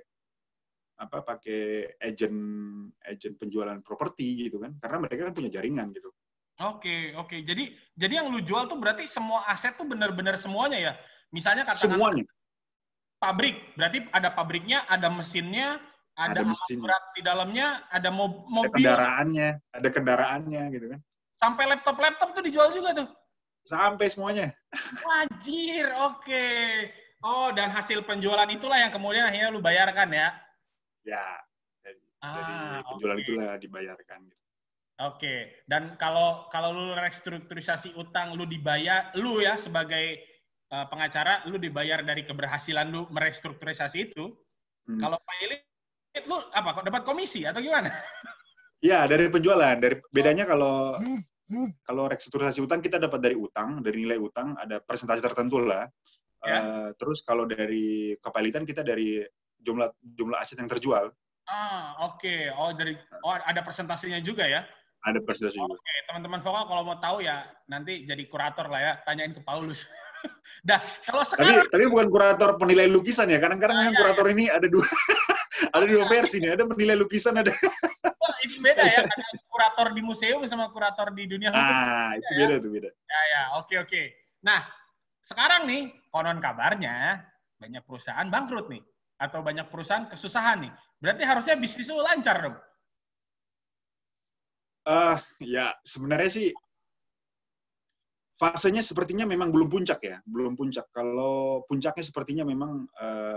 agen penjualan properti gitu kan. Karena mereka kan punya jaringan gitu. Oke. Jadi yang lu jual tuh berarti semua aset tuh benar-benar semuanya ya? Misalnya katakan semuanya. Pabrik, berarti ada pabriknya, ada mesinnya, ada alat berat di dalamnya, ada mobil. Ada kendaraannya gitu kan. Sampai laptop tuh dijual juga tuh? Sampai semuanya. Wajir, oke. Oh, dan hasil penjualan itulah yang kemudian akhirnya lu bayarkan ya? Ya, dari penjualan itulah dibayarkan. Oke. Dan kalau lu restrukturisasi utang, lu dibayar, lu ya sebagai pengacara, lu dibayar dari keberhasilan lu merestrukturisasi itu. Kalau pailit, lu apa? Dapat komisi atau gimana? Ya, dari penjualan. Bedanya kalau restrukturisasi utang kita dapat dari nilai utang, ada persentase tertentu lah. Ya. Terus kalau dari kepailitan kita dari jumlah aset yang terjual. Oke. Ada persentasenya juga ya? Ada persentase juga. Oke, teman-teman vokal kalau mau tahu ya nanti jadi kurator lah ya, tanyain ke Paulus. Dah, kalau sekarang tapi bukan kurator penilai lukisan ya. Kadang-kadang yang kurator ini ada dua ada dua versi nih, ada penilai lukisan, ada. Itu beda ya, ada kurator di museum sama kurator di dunia hukum. Itu beda. Ya, oke. Nah, sekarang nih konon kabarnya banyak perusahaan bangkrut nih atau banyak perusahaan kesusahan nih. Berarti harusnya bisnis lu lancar dong. Ya sebenarnya sih fasenya sepertinya memang belum puncak ya, Kalau puncaknya sepertinya memang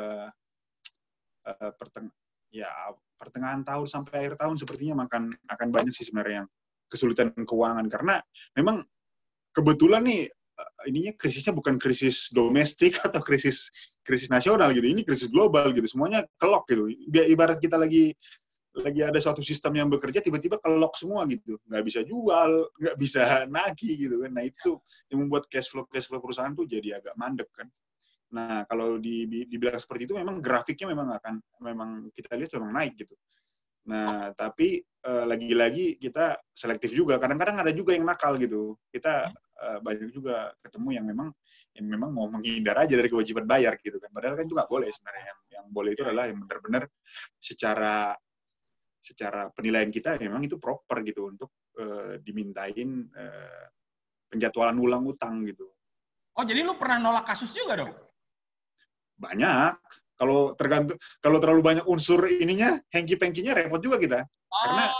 pertengahan tahun sampai akhir tahun sepertinya akan banyak sih sebenarnya yang kesulitan keuangan, karena memang kebetulan nih ininya krisisnya bukan krisis domestik atau krisis nasional gitu, ini krisis global gitu, semuanya kelok gitu. Ibarat kita lagi ada suatu sistem yang bekerja, tiba-tiba kelok semua gitu, nggak bisa jual, nggak bisa nagih gitu kan. Nah itu yang membuat cash flow perusahaan tuh jadi agak mandek kan. Nah kalau dibilang seperti itu, memang grafiknya memang kita lihat memang naik gitu. Nah tapi lagi-lagi kita selektif juga, kadang-kadang ada juga yang nakal gitu. Kita banyak juga ketemu yang memang mau menghindar aja dari kewajiban bayar gitu kan. Padahal kan itu nggak boleh sebenarnya. Yang boleh itu adalah yang benar-benar secara secara penilaian kita memang itu proper gitu untuk dimintain penjadwalan ulang utang gitu. Oh, jadi lu pernah nolak kasus juga dong? Banyak. Kalau terlalu banyak unsur ininya, hengki-pengkinya repot juga kita. Karena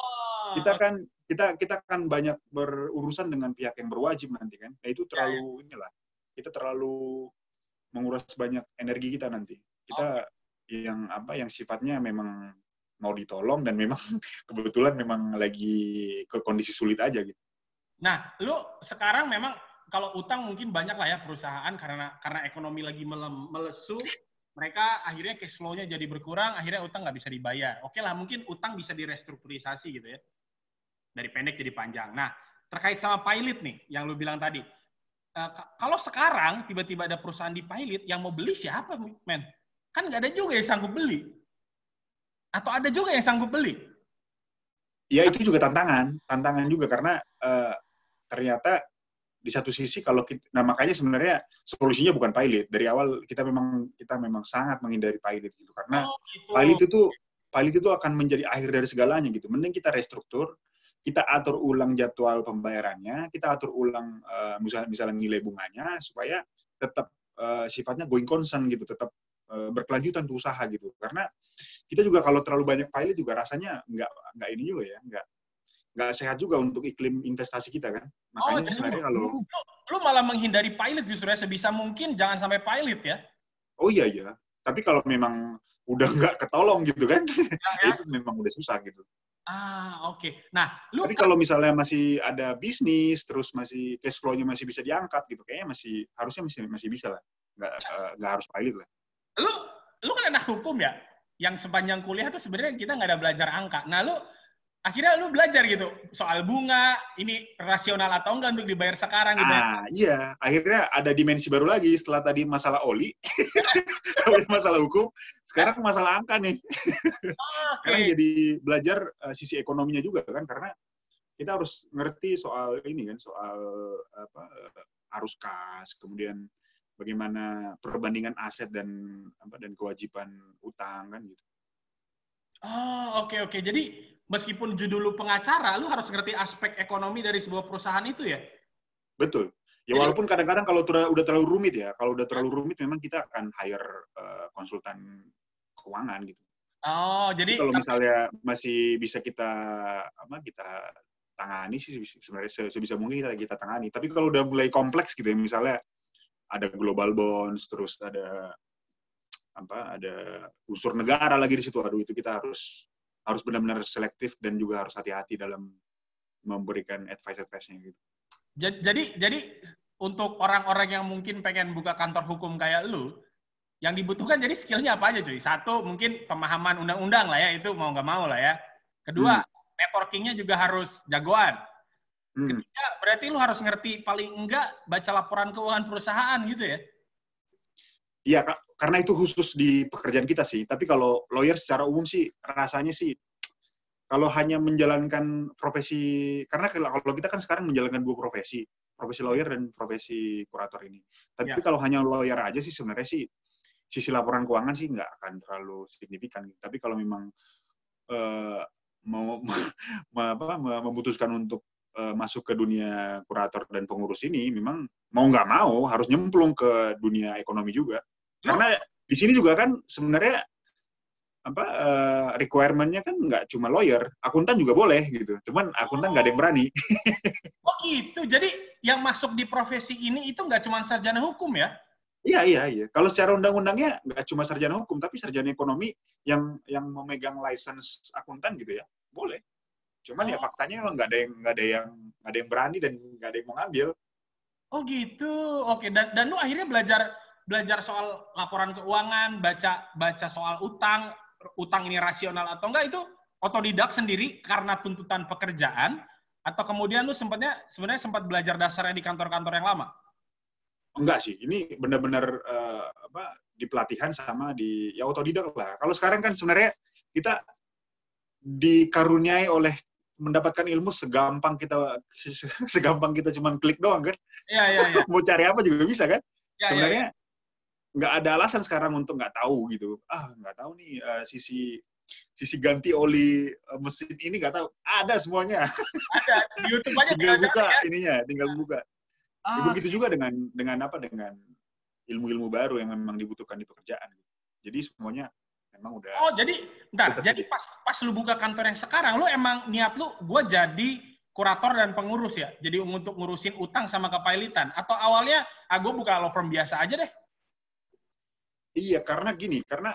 kita kan banyak berurusan dengan pihak yang berwajib nanti kan. Nah, itu terlalu inilah. Kita terlalu menguras banyak energi kita nanti. Kita yang sifatnya memang mau ditolong dan memang kebetulan memang lagi ke kondisi sulit aja gitu. Nah, lu sekarang memang kalau utang mungkin banyak lah ya perusahaan karena ekonomi lagi melesu, mereka akhirnya cash flow-nya jadi berkurang, akhirnya utang nggak bisa dibayar. Oke lah, mungkin utang bisa direstrukturisasi gitu ya. Dari pendek jadi panjang. Nah, terkait sama pilot nih, yang lu bilang tadi. Kalau sekarang tiba-tiba ada perusahaan di pilot, yang mau beli siapa, men? Kan nggak ada juga yang sanggup beli. Atau ada juga yang sanggup beli? Ya, itu juga tantangan juga karena ternyata di satu sisi nah makanya sebenarnya solusinya bukan pilot. Dari awal kita memang sangat menghindari pilot gitu karena pilot itu akan menjadi akhir dari segalanya gitu. Mending kita restruktur, kita atur ulang jadwal pembayarannya, kita atur ulang misalnya nilai bunganya supaya tetap sifatnya going concern gitu, tetap berkelanjutan tuh usaha gitu. Karena kita juga kalau terlalu banyak pilot juga rasanya nggak ini juga ya, nggak sehat juga untuk iklim investasi kita kan. Makanya sebenarnya kalau lu malah menghindari pilot justru ya, sebisa mungkin jangan sampai pilot ya. Oh iya. Tapi kalau memang udah nggak ketolong gitu kan, itu memang udah susah gitu. Oke. Nah, tapi kalau misalnya masih ada bisnis, terus masih cash flow-nya masih bisa diangkat gitu, kayaknya harusnya masih bisa lah. Nggak harus pilot lah. Lu kan anak hukum ya, yang sepanjang kuliah tuh sebenarnya kita nggak ada belajar angka. Nah, akhirnya lu belajar gitu soal bunga, ini rasional atau enggak untuk dibayar sekarang gitu ya. Iya, akhirnya ada dimensi baru lagi setelah tadi masalah oli, masalah hukum, sekarang masalah angka nih. Sekarang jadi belajar sisi ekonominya juga kan, karena kita harus ngerti soal ini kan, soal arus kas, kemudian bagaimana perbandingan aset dan kewajiban utang kan gitu. Oke. Jadi meskipun judul lu pengacara, lu harus ngerti aspek ekonomi dari sebuah perusahaan itu ya? Betul. Ya walaupun kadang-kadang kalau udah terlalu rumit ya, kalau udah terlalu rumit memang kita akan hire konsultan keuangan gitu. Jadi kalau misalnya masih bisa kita tangani sih sebenarnya sebisa mungkin kita tangani. Tapi kalau udah mulai kompleks gitu ya, misalnya ada global bonds, terus ada unsur negara lagi di situ. Aduh, itu kita harus benar-benar selektif dan juga harus hati-hati dalam memberikan advice-nya gitu. Jadi untuk orang-orang yang mungkin pengen buka kantor hukum kayak lu, yang dibutuhkan jadi skillnya apa aja cuy? Satu, mungkin pemahaman undang-undang lah ya, itu mau nggak mau lah ya. Kedua, networking-nya juga harus jagoan. Ketiga, berarti lu harus ngerti paling enggak baca laporan keuangan perusahaan gitu ya? Iya, karena itu khusus di pekerjaan kita sih. Tapi kalau lawyer secara umum sih, rasanya sih, kalau hanya menjalankan profesi, karena kalau kita kan sekarang menjalankan dua profesi lawyer dan profesi kurator ini. Tapi kalau hanya lawyer aja sih sebenarnya sih, sisi laporan keuangan sih nggak akan terlalu signifikan. Tapi kalau memang memutuskan untuk masuk ke dunia kurator dan pengurus ini, memang mau nggak mau harus nyemplung ke dunia ekonomi juga. Karena di sini juga kan sebenarnya requirement-nya kan nggak cuma lawyer, akuntan juga boleh gitu. Cuman akuntan nggak ada yang berani. Oh gitu. Jadi yang masuk di profesi ini itu nggak cuma sarjana hukum ya? Iya. Kalau secara undang-undangnya nggak cuma sarjana hukum, tapi sarjana ekonomi yang memegang license akuntan gitu ya, boleh. Cuman ya faktanya nggak ada yang berani dan nggak ada yang mau ngambil. Oh gitu. Oke. Dan lu akhirnya belajar soal laporan keuangan, baca soal utang ini rasional atau enggak, itu otodidak sendiri karena tuntutan pekerjaan, atau kemudian lu sebenarnya sempat belajar dasarnya di kantor-kantor yang lama? Enggak sih, ini benar-benar di pelatihan sama ya otodidak lah. Kalau sekarang kan sebenarnya kita dikaruniai oleh mendapatkan ilmu segampang kita cuman klik doang kan. Iya. Mau cari apa juga bisa kan. Sebenarnya nggak ada alasan sekarang untuk nggak tahu gitu. Nggak tahu nih sisi sisi ganti oli mesin ini nggak tahu. Ada semuanya. Ada di YouTube aja tinggal tinggal buka cari ya. ininya, tinggal buka. Ah, Begitu juga dengan dengan ilmu-ilmu baru yang memang dibutuhkan di pekerjaan. Jadi semuanya memang udah. oh jadi, ntar, jadi pas lu buka kantor yang sekarang, lu emang niat lu, gue jadi kurator dan pengurus ya? Jadi untuk ngurusin utang sama kepailitan? Atau awalnya, gue buka law firm biasa aja deh? Iya, karena gini, karena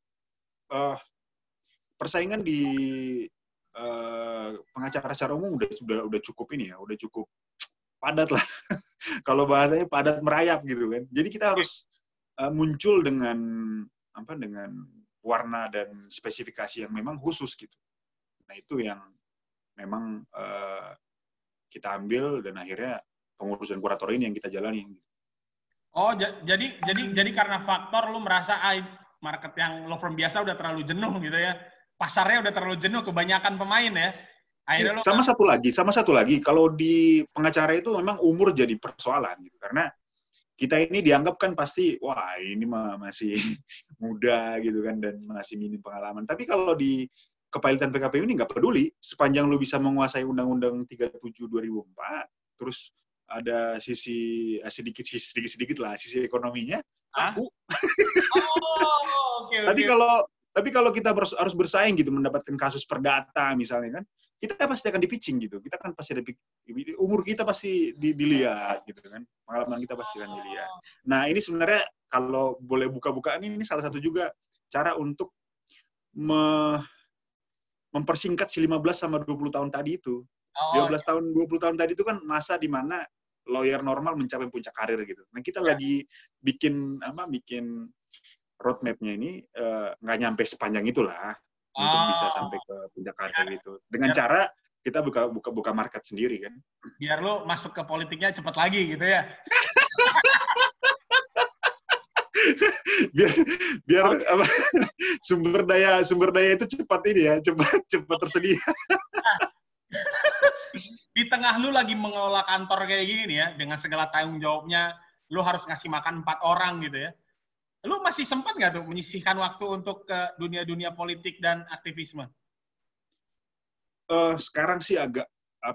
persaingan di pengacara secara umum udah cukup ini ya, udah cukup padat lah. Kalau bahasanya padat merayap gitu kan. Jadi kita harus muncul dengan warna dan spesifikasi yang memang khusus gitu. Nah itu yang memang kita ambil dan akhirnya pengurus dan kurator ini yang kita jalani. Oh, jadi karena faktor lu merasa market yang law firm biasa udah terlalu jenuh gitu ya. Pasarnya udah terlalu jenuh, kebanyakan pemain ya. Akhirnya sama satu lagi, kalau di pengacara itu memang umur jadi persoalan gitu. Karena kita ini dianggap kan pasti, wah ini mah masih muda gitu kan, dan masih minim pengalaman. Tapi kalau di kepailitan PKPU ini nggak peduli, sepanjang lu bisa menguasai Undang-Undang 37/2004, terus ada sisi sedikit lah, sisi ekonominya, laku. Oh, okay. Tapi kalau kita harus bersaing gitu, mendapatkan kasus perdata misalnya kan, kita pasti akan dipitching gitu. Kita kan pasti ada umur kita pasti dilihat gitu kan. Pengalaman kita pasti akan dilihat. Nah, ini sebenarnya kalau boleh buka-bukaan ini salah satu juga cara untuk mempersingkat si 15 sama 20 tahun tadi itu. 15 tahun, 20 tahun tadi itu kan masa di mana lawyer normal mencapai puncak karir gitu. Nah, kita lagi bikin roadmap-nya ini nggak nyampe sepanjang itulah. Untuk bisa sampai ke puncak karir itu. Dengan cara kita buka market sendiri kan. Biar lo masuk ke politiknya cepat lagi gitu ya. biar apa, sumber daya itu cepat ini ya, cepat tersedia. Di tengah lu lagi mengelola kantor kayak gini nih ya, dengan segala tanggung jawabnya, lu harus ngasih makan 4 orang gitu ya. Lu masih sempat nggak tuh menyisihkan waktu untuk ke dunia-dunia politik dan aktivisme? Sekarang sih agak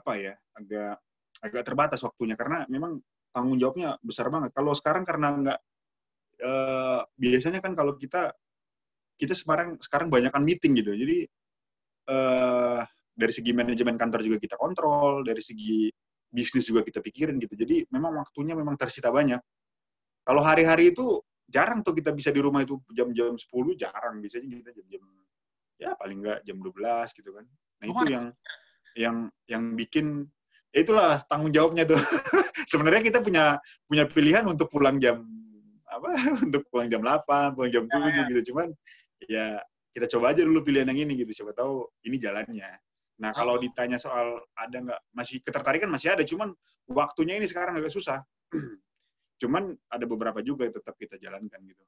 terbatas waktunya karena memang tanggung jawabnya besar banget. Kalau sekarang karena nggak biasanya kan kalau kita sekarang banyakkan meeting gitu. Jadi dari segi manajemen kantor juga kita kontrol, dari segi bisnis juga kita pikirin gitu. Jadi memang waktunya memang tersita banyak. Kalau hari-hari itu jarang tuh kita bisa di rumah itu jam-jam 10, jarang. Biasanya kita jam-jam ya paling nggak jam 12 gitu kan. Nah, itu yang bikin ya itulah tanggung jawabnya tuh. Sebenarnya kita punya pilihan untuk pulang jam untuk pulang jam 8, pulang jam 7 gitu. Cuman ya kita coba aja dulu pilihan yang ini gitu. Siapa tahu ini jalannya. Nah, kalau ditanya soal ada nggak, masih ketertarikan masih ada, cuman waktunya ini sekarang agak susah. Cuman ada beberapa juga yang tetap kita jalankan gitu.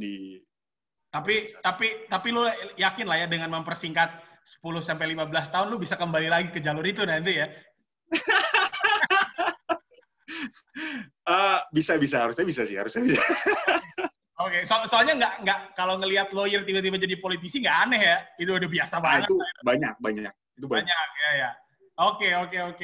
Tapi lu yakin lah ya dengan mempersingkat 10 sampai 15 tahun lu bisa kembali lagi ke jalur itu nanti ya? Harusnya bisa. Oke, soalnya nggak kalau ngelihat lawyer tiba-tiba jadi politisi nggak aneh ya? Itu udah biasa banget. Itu banyak. Itu banyak. Ya. Oke.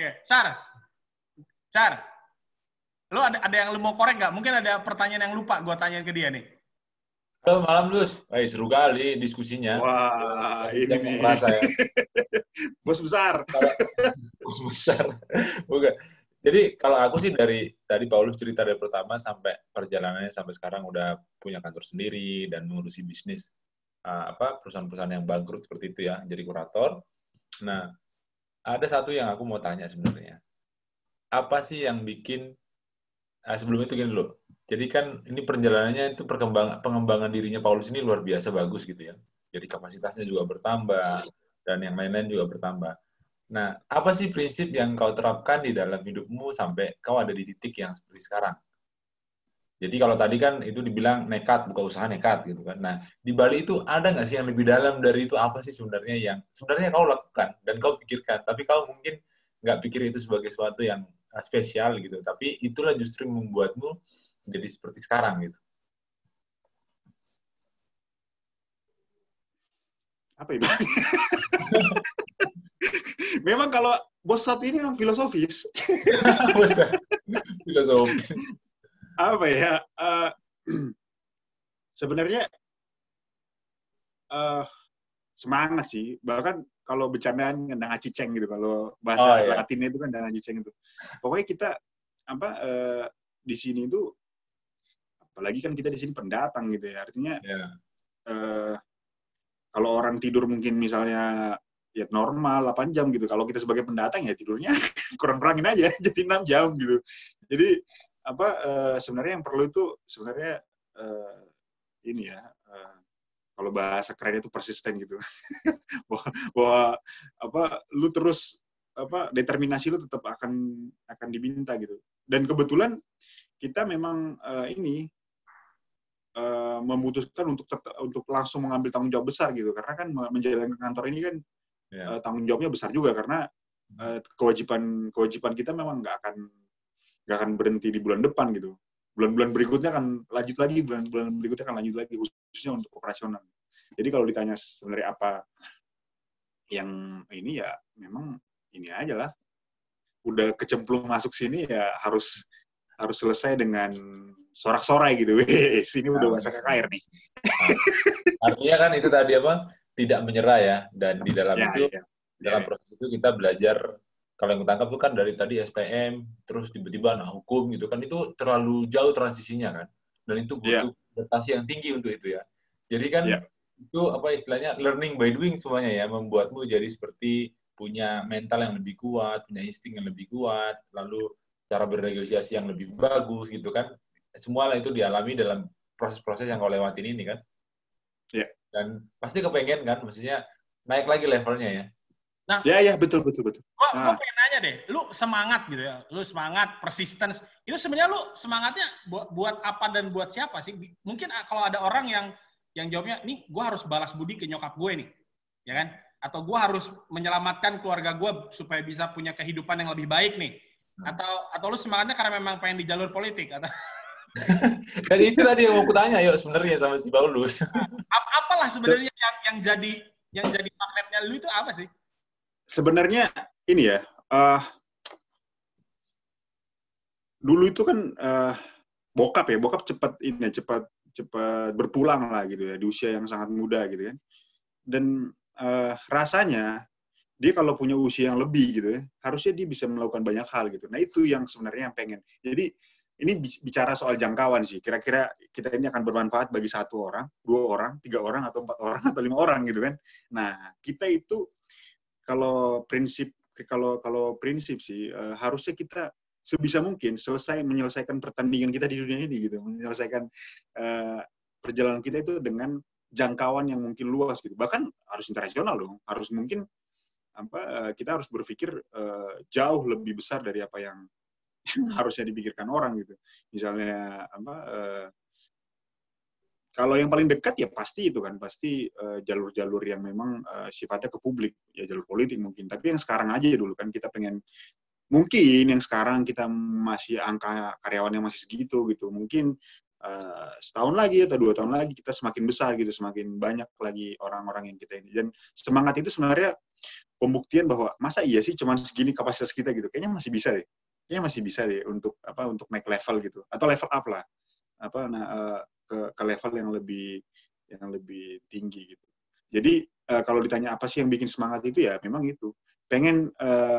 Sar, lu ada yang lu mau korek nggak? Mungkin ada pertanyaan yang lupa gue tanyain ke dia nih. Halo, malam, Dus. Seru kali diskusinya. Wah, ini nih. Merasa ya. Bos besar. Bos besar. Bukan. Jadi kalau aku sih dari tadi Paulus cerita dari pertama sampai perjalanannya sampai sekarang udah punya kantor sendiri dan mengurusi bisnis perusahaan-perusahaan yang bangkrut seperti itu ya, jadi kurator. Nah, ada satu yang aku mau tanya sebenarnya. Apa sih yang bikin sebelum itu gini loh. Jadi kan ini perjalanannya itu pengembangan dirinya Paulus ini luar biasa bagus gitu ya. Jadi kapasitasnya juga bertambah dan yang lain-lain juga bertambah. Nah, apa sih prinsip yang kau terapkan di dalam hidupmu sampai kau ada di titik yang seperti sekarang? Jadi kalau tadi kan itu dibilang nekat, buka usaha nekat gitu kan. Nah, di Bali itu ada nggak sih yang lebih dalam dari itu, apa sih sebenarnya yang sebenarnya kau lakukan dan kau pikirkan, tapi kau mungkin nggak pikir itu sebagai sesuatu yang spesial gitu. Tapi itulah justru membuatmu jadi seperti sekarang gitu. apa ya? Memang kalau bos satu ini memang filosofis. Filosofis. Apa ya? Sebenarnya semangat sih. Bahkan kalau bercandaan ngendang aciceng gitu. Kalau bahasa Latinnya itu kan ngendang aciceng itu. Pokoknya kita di sini itu, apalagi kan kita di sini pendatang gitu ya. Artinya kalau orang tidur mungkin misalnya ya normal 8 jam gitu. Kalau kita sebagai pendatang ya tidurnya kurang-kurangin aja jadi 6 jam gitu. Jadi sebenarnya yang perlu itu sebenarnya ini ya, kalau bahasa keren itu persisten gitu. bahwa lu terus determinasi lu tetap akan diminta gitu. Dan kebetulan kita memang memutuskan untuk langsung mengambil tanggung jawab besar gitu, karena kan menjalankan kantor ini kan tanggung jawabnya besar juga, karena kewajiban kita memang nggak akan berhenti di bulan depan gitu. Bulan-bulan berikutnya akan lanjut lagi, bulan-bulan berikutnya akan lanjut lagi, khususnya untuk operasional. Jadi kalau ditanya sebenarnya apa yang ini, ya memang ini aja lah. Udah kecemplung masuk sini ya harus selesai dengan sorak-sorai gitu. Sini udah bahasa KKR nih. Artinya kan itu tadi tidak menyerah ya. Dan di dalam dalam proses itu kita belajar. Kalau yang ketangkap itu kan dari tadi STM, terus tiba-tiba hukum gitu kan, itu terlalu jauh transisinya kan, dan itu butuh adaptasi yang tinggi untuk itu ya. Jadi kan itu istilahnya learning by doing semuanya ya, membuatmu jadi seperti punya mental yang lebih kuat, punya insting yang lebih kuat, lalu cara bernegosiasi yang lebih bagus gitu kan. Semua itu dialami dalam proses-proses yang kau lewatin ini kan. Iya. Dan pasti kepengen kan, maksudnya naik lagi levelnya ya. Nah, ya betul. Gue pengen nanya deh, lu semangat gitu ya, lu semangat, persistence, itu sebenarnya lu semangatnya buat apa dan buat siapa sih? Mungkin kalau ada orang yang jawabnya, nih gue harus balas budi ke nyokap gue nih, ya kan? Atau gue harus menyelamatkan keluarga gue supaya bisa punya kehidupan yang lebih baik nih, atau lu semangatnya karena memang pengen di jalur politik atau? Dan itu tadi yang mau kutanya, yuk sebenarnya sama si Paulus. Apalah sebenarnya yang jadi magnetnya lu itu apa sih? Sebenarnya ini ya, dulu itu kan bokap cepat berpulang lah gitu ya, di usia yang sangat muda gitu kan. Dan rasanya dia kalau punya usia yang lebih gitu ya, harusnya dia bisa melakukan banyak hal gitu. Nah itu yang sebenarnya yang pengen. Jadi ini bicara soal jangkauan sih. Kira-kira kita ini akan bermanfaat bagi 1 orang, 2 orang, 3 orang, atau 4 orang, atau 5 orang gitu kan. Nah kita itu kalau prinsip sih harusnya kita sebisa mungkin menyelesaikan pertandingan kita di dunia ini gitu, menyelesaikan perjalanan kita itu dengan jangkauan yang mungkin luas gitu. Bahkan harus internasional dong, harus mungkin kita harus berpikir jauh lebih besar dari apa yang harusnya dipikirkan orang gitu. Misalnya kalau yang paling dekat ya pasti itu kan, pasti jalur-jalur yang memang sifatnya ke publik, ya jalur politik mungkin. Tapi yang sekarang aja dulu kan kita pengen, mungkin yang sekarang kita masih angka karyawan yang masih segitu gitu. Mungkin setahun lagi atau 2 tahun lagi kita semakin besar gitu, semakin banyak lagi orang-orang yang kita ini. Dan semangat itu sebenarnya pembuktian bahwa masa iya sih cuma segini kapasitas kita gitu. Kayaknya masih bisa deh. Kayaknya masih bisa deh untuk naik level gitu, atau level up lah. Ke level yang lebih tinggi gitu. Jadi kalau ditanya apa sih yang bikin semangat itu, ya memang itu. Pengen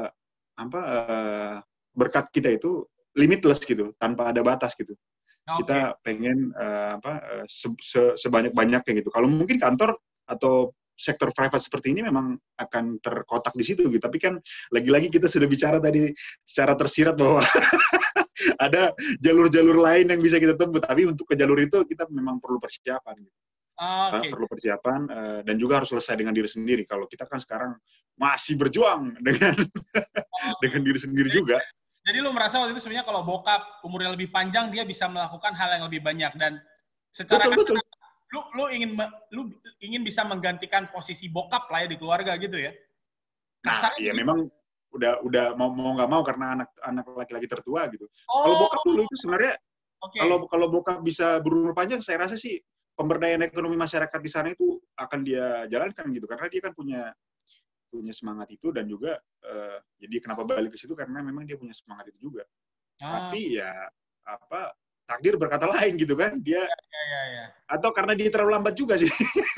berkat kita itu limitless gitu, tanpa ada batas gitu. Okay. Kita pengen sebanyak-banyaknya gitu. Kalau mungkin kantor atau sektor private seperti ini memang akan terkotak di situ gitu. Tapi kan lagi-lagi kita sudah bicara tadi secara tersirat bahwa ada jalur-jalur lain yang bisa kita tempuh, tapi untuk ke jalur itu kita memang perlu persiapan gitu. Okay. Perlu persiapan dan juga harus selesai dengan diri sendiri. Kalau kita kan sekarang masih berjuang dengan dengan diri sendiri juga. Jadi lu merasa waktu itu sebenarnya kalau bokap umurnya lebih panjang, dia bisa melakukan hal yang lebih banyak, dan secara betul. Lu ingin bisa menggantikan posisi bokap lah ya di keluarga gitu ya? Nah, iya memang udah mau nggak mau karena anak laki-laki tertua gitu. Kalau bokap dulu itu sebenarnya kalau bokap bisa berumur panjang, saya rasa sih pemberdayaan ekonomi masyarakat di sana itu akan dia jalankan gitu, karena dia kan punya semangat itu, dan juga jadi kenapa balik ke situ karena memang dia punya semangat itu juga. Tapi ya takdir berkata lain gitu kan, dia atau karena dia terlalu lambat juga sih.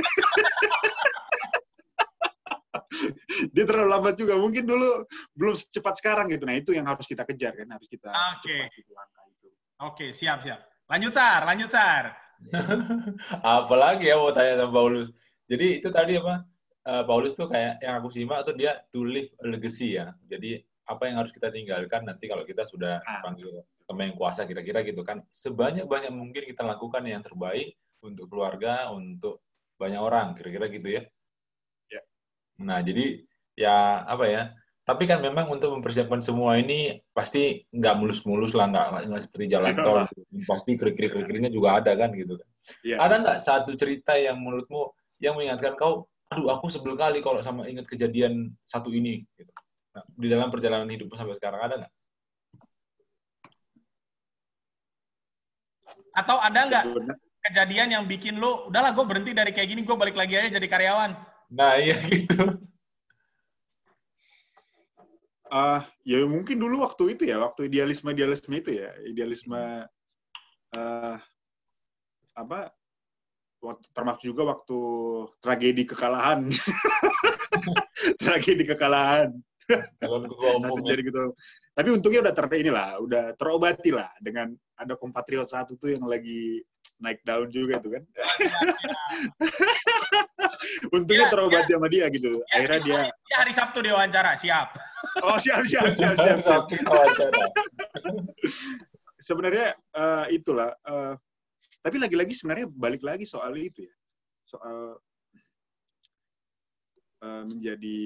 Dia terlalu lambat juga, mungkin dulu belum secepat sekarang gitu. Nah itu yang harus kita kejar kan, harus kita cepat itu langkah itu. Oke, siap. Lanjut Sar. Apalagi ya mau tanya sama Paulus. Jadi itu tadi apa? Paulus tuh kayak yang aku simak tuh dia to leave a legacy ya. Jadi apa yang harus kita tinggalkan nanti kalau kita sudah panggil Yang Kuasa kira-kira gitu kan. Sebanyak-banyak mungkin kita lakukan yang terbaik untuk keluarga, untuk banyak orang, kira-kira gitu ya. Ya. Nah, jadi ya apa ya? Tapi kan memang untuk mempersiapkan semua ini pasti nggak mulus-mulus lah, nggak seperti jalan tol. Pasti krik-kriknya juga ada kan gitu kan. Ya. Ada nggak satu cerita yang menurutmu yang mengingatkan kau, aduh aku sebel kali kalau sama ingat kejadian satu ini gitu. Nah, di dalam perjalanan hidupmu sampai sekarang ada nggak? Atau ada nggak kejadian yang bikin lo, udahlah gue berhenti dari kayak gini, gue balik lagi aja jadi karyawan? Nah iya gitu. Ya mungkin dulu waktu itu ya, waktu idealisme itu ya, termasuk juga waktu tragedi kekalahan. Tragedi kekalahan. Jadi gitu. Tapi untungnya udah terobati lah dengan ada kompatriot satu tuh yang lagi naik daun juga tuh kan. Untungnya terobati sama dia gitu. Akhirnya dia hari Sabtu dia wawancara, siap. Oh, siap. Sebenarnya itulah. Tapi lagi-lagi sebenarnya balik lagi soal itu ya. Soal menjadi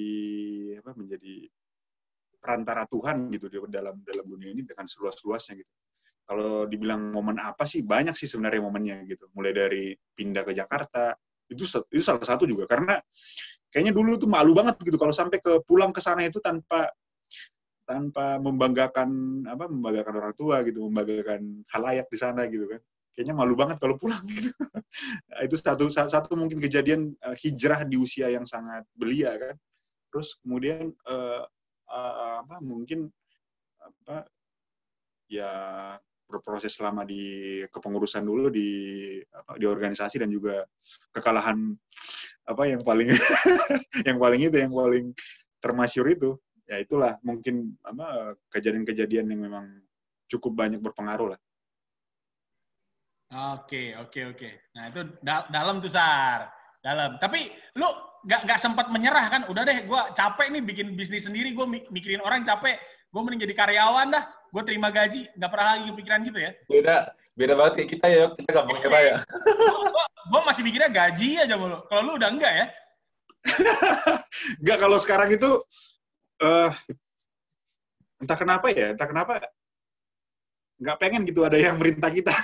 perantara Tuhan gitu dalam dunia ini dengan seluas-luasnya gitu. Kalau dibilang momen apa sih, banyak sih sebenarnya momennya gitu. Mulai dari pindah ke Jakarta, itu salah satu juga, karena kayaknya dulu tuh malu banget gitu kalau sampai pulang ke sana itu tanpa membanggakan orang tua gitu, membanggakan halayak di sana gitu kan. Kayaknya malu banget kalau pulang gitu. Itu satu mungkin kejadian hijrah di usia yang sangat belia kan. Terus kemudian mungkin ya berproses selama di kepengurusan dulu di organisasi, dan juga kekalahan yang paling yang paling termasyhur itu, ya itulah mungkin kejadian-kejadian yang memang cukup banyak berpengaruh lah. Oke. Nah itu dalam tuh Sar, dalam. Tapi lu nggak sempat menyerah kan? Udah deh, gue capek nih bikin bisnis sendiri, gue mikirin orang capek, gue mending jadi karyawan dah. Gue terima gaji, nggak pernah lagi kepikiran gitu ya? Beda banget kayak kita ya, kita gampang nyerah ya. Gue masih mikirnya gaji aja mulu. Kalau lu udah enggak ya? Enggak, kalau sekarang itu entah kenapa nggak pengen gitu ada yang merintah kita.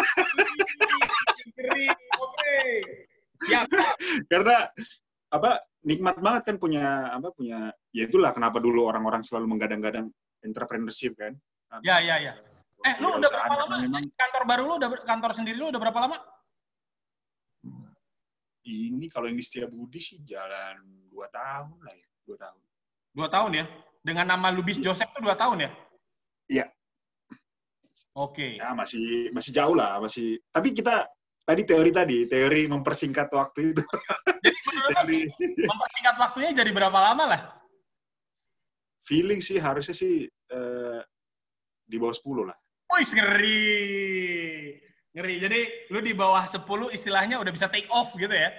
Ya. Karena nikmat banget kan punya ya itulah kenapa dulu orang-orang selalu menggadang-gadang entrepreneurship kan. Ya. Lu udah berapa lama? Kantor baru lu, kantor sendiri lu udah berapa lama? Ini kalau yang di Setiabudi sih jalan 2 tahun lah ya. 2 tahun. 2 tahun ya? Dengan nama Lubis Joseph tuh 2 tahun ya? Iya. Oke. Ya masih jauh lah, masih. Tapi kita teori mempersingkat waktu itu. Jadi menurut mempersingkat waktunya jadi berapa lama lah? Feeling sih harusnya sih di bawah 10 lah. Wih, ngeri. Jadi lu di bawah 10 istilahnya udah bisa take off gitu ya?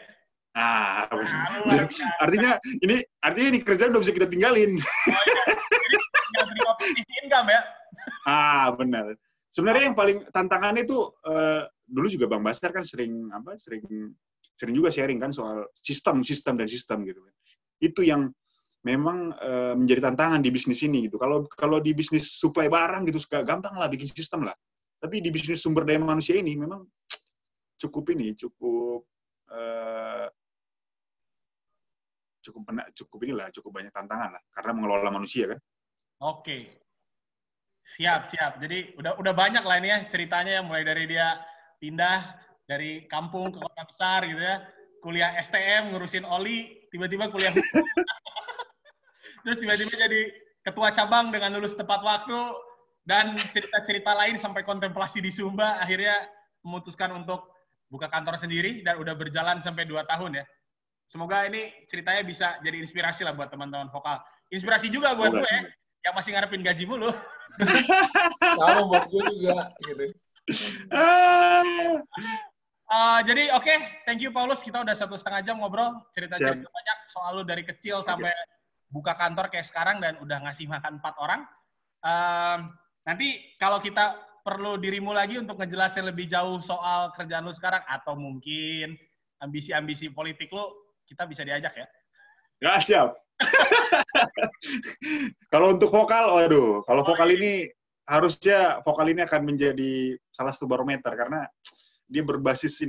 Artinya ini kerjaan udah bisa kita tinggalin. Oh, iya. Jadi tinggal terima passive income ya? Benar. Sebenarnya yang paling tantangannya itu dulu juga Bang Basar kan sering juga sharing kan soal sistem gitu kan. Itu yang memang menjadi tantangan di bisnis ini gitu. Kalau di bisnis supply barang gitu gampang lah bikin sistem lah. Tapi di bisnis sumber daya manusia ini memang cukup banyak tantangan lah karena mengelola manusia kan. Oke. Siap. Jadi udah banyak lah ini ya ceritanya, mulai dari dia pindah dari kampung ke kota besar gitu ya, kuliah STM ngurusin oli, tiba-tiba kuliah terus tiba-tiba jadi ketua cabang dengan lulus tepat waktu, dan cerita-cerita lain sampai kontemplasi di Sumba, akhirnya memutuskan untuk buka kantor sendiri dan udah berjalan sampai 2 tahun ya. Semoga ini ceritanya bisa jadi inspirasi lah buat teman-teman vokal. Inspirasi juga buat gue yang masih ngarepin gaji mulu. Sama buat gue juga gitu. Jadi oke, thank you Paulus. Kita udah 1,5 jam ngobrol, cerita-cerita banyak soal lu dari kecil sampai buka kantor kayak sekarang dan udah ngasih makan 4 orang. Nanti kalau kita perlu dirimu lagi untuk ngejelasin lebih jauh soal kerjaan lu sekarang atau mungkin ambisi-ambisi politik lu, kita bisa diajak ya. Ya, siap. Kalau untuk vokal, waduh, kalau vokal ini harusnya vokal ini akan menjadi salah satu barometer karena dia berbasis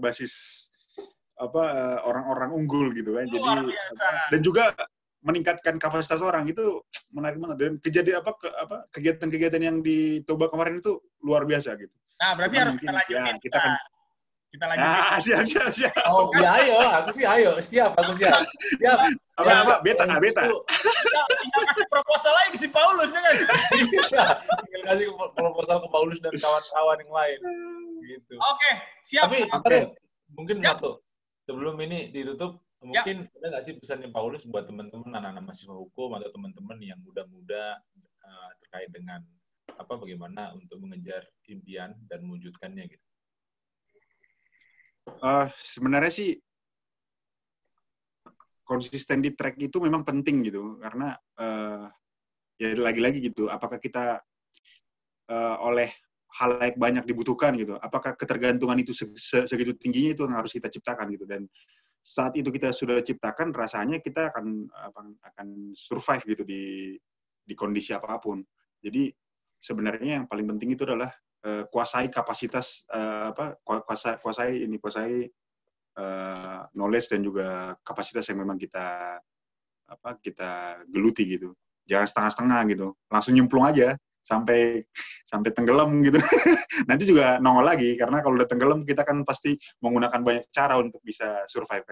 orang-orang unggul gitu kan. Jadi dan juga meningkatkan kapasitas orang itu menarik banget, dan kegiatan-kegiatan yang di Toba kemarin itu luar biasa gitu. Nah, berarti harus kita lanjutin. Ya, kita lanjutin. Siap. Oh, ya ayo, aku siap. Siap. Apa? Beta. Tinggal kasih proposal lagi si Paulus ya kan? Tinggal kasih proposal ke Paulus dan kawan-kawan yang lain. Gitu. Oke, siap. Tapi mungkin satu, sebelum ini ditutup, mungkin ada nggak sih pesannya Paulus buat teman-teman anak-anak mahasiswa hukum atau teman-teman yang muda-muda terkait dengan bagaimana untuk mengejar impian dan mewujudkannya gitu? Sebenarnya sih konsisten di track itu memang penting gitu, karena ya lagi-lagi gitu, apakah kita oleh halayak banyak dibutuhkan gitu, apakah ketergantungan itu segitu tingginya, itu yang harus kita ciptakan gitu. Dan saat itu kita sudah ciptakan, rasanya kita akan survive gitu di kondisi apapun. Jadi sebenarnya yang paling penting itu adalah kuasai kapasitas kuasai knowledge dan juga kapasitas yang memang kita geluti gitu. Jangan setengah-setengah gitu, langsung nyemplung aja sampai tenggelam gitu. Nanti juga nongol lagi, karena kalau udah tenggelam kita kan pasti menggunakan banyak cara untuk bisa survive kan.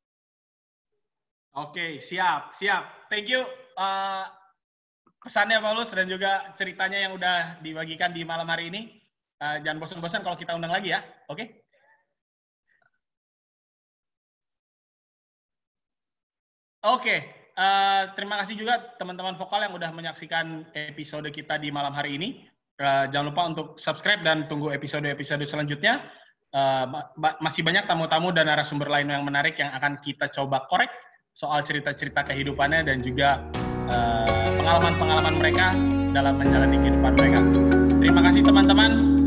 Oke, siap. Thank you pesannya Paulus dan juga ceritanya yang udah dibagikan di malam hari ini. Jangan bosan-bosan kalau kita undang lagi ya, oke? Oke. Terima kasih juga teman-teman vokal yang udah menyaksikan episode kita di malam hari ini. Jangan lupa untuk subscribe dan tunggu episode-episode selanjutnya. Masih banyak tamu-tamu dan narasumber lain yang menarik yang akan kita coba korek soal cerita-cerita kehidupannya dan juga pengalaman-pengalaman mereka dalam menjalani kehidupan mereka. Terima kasih teman-teman.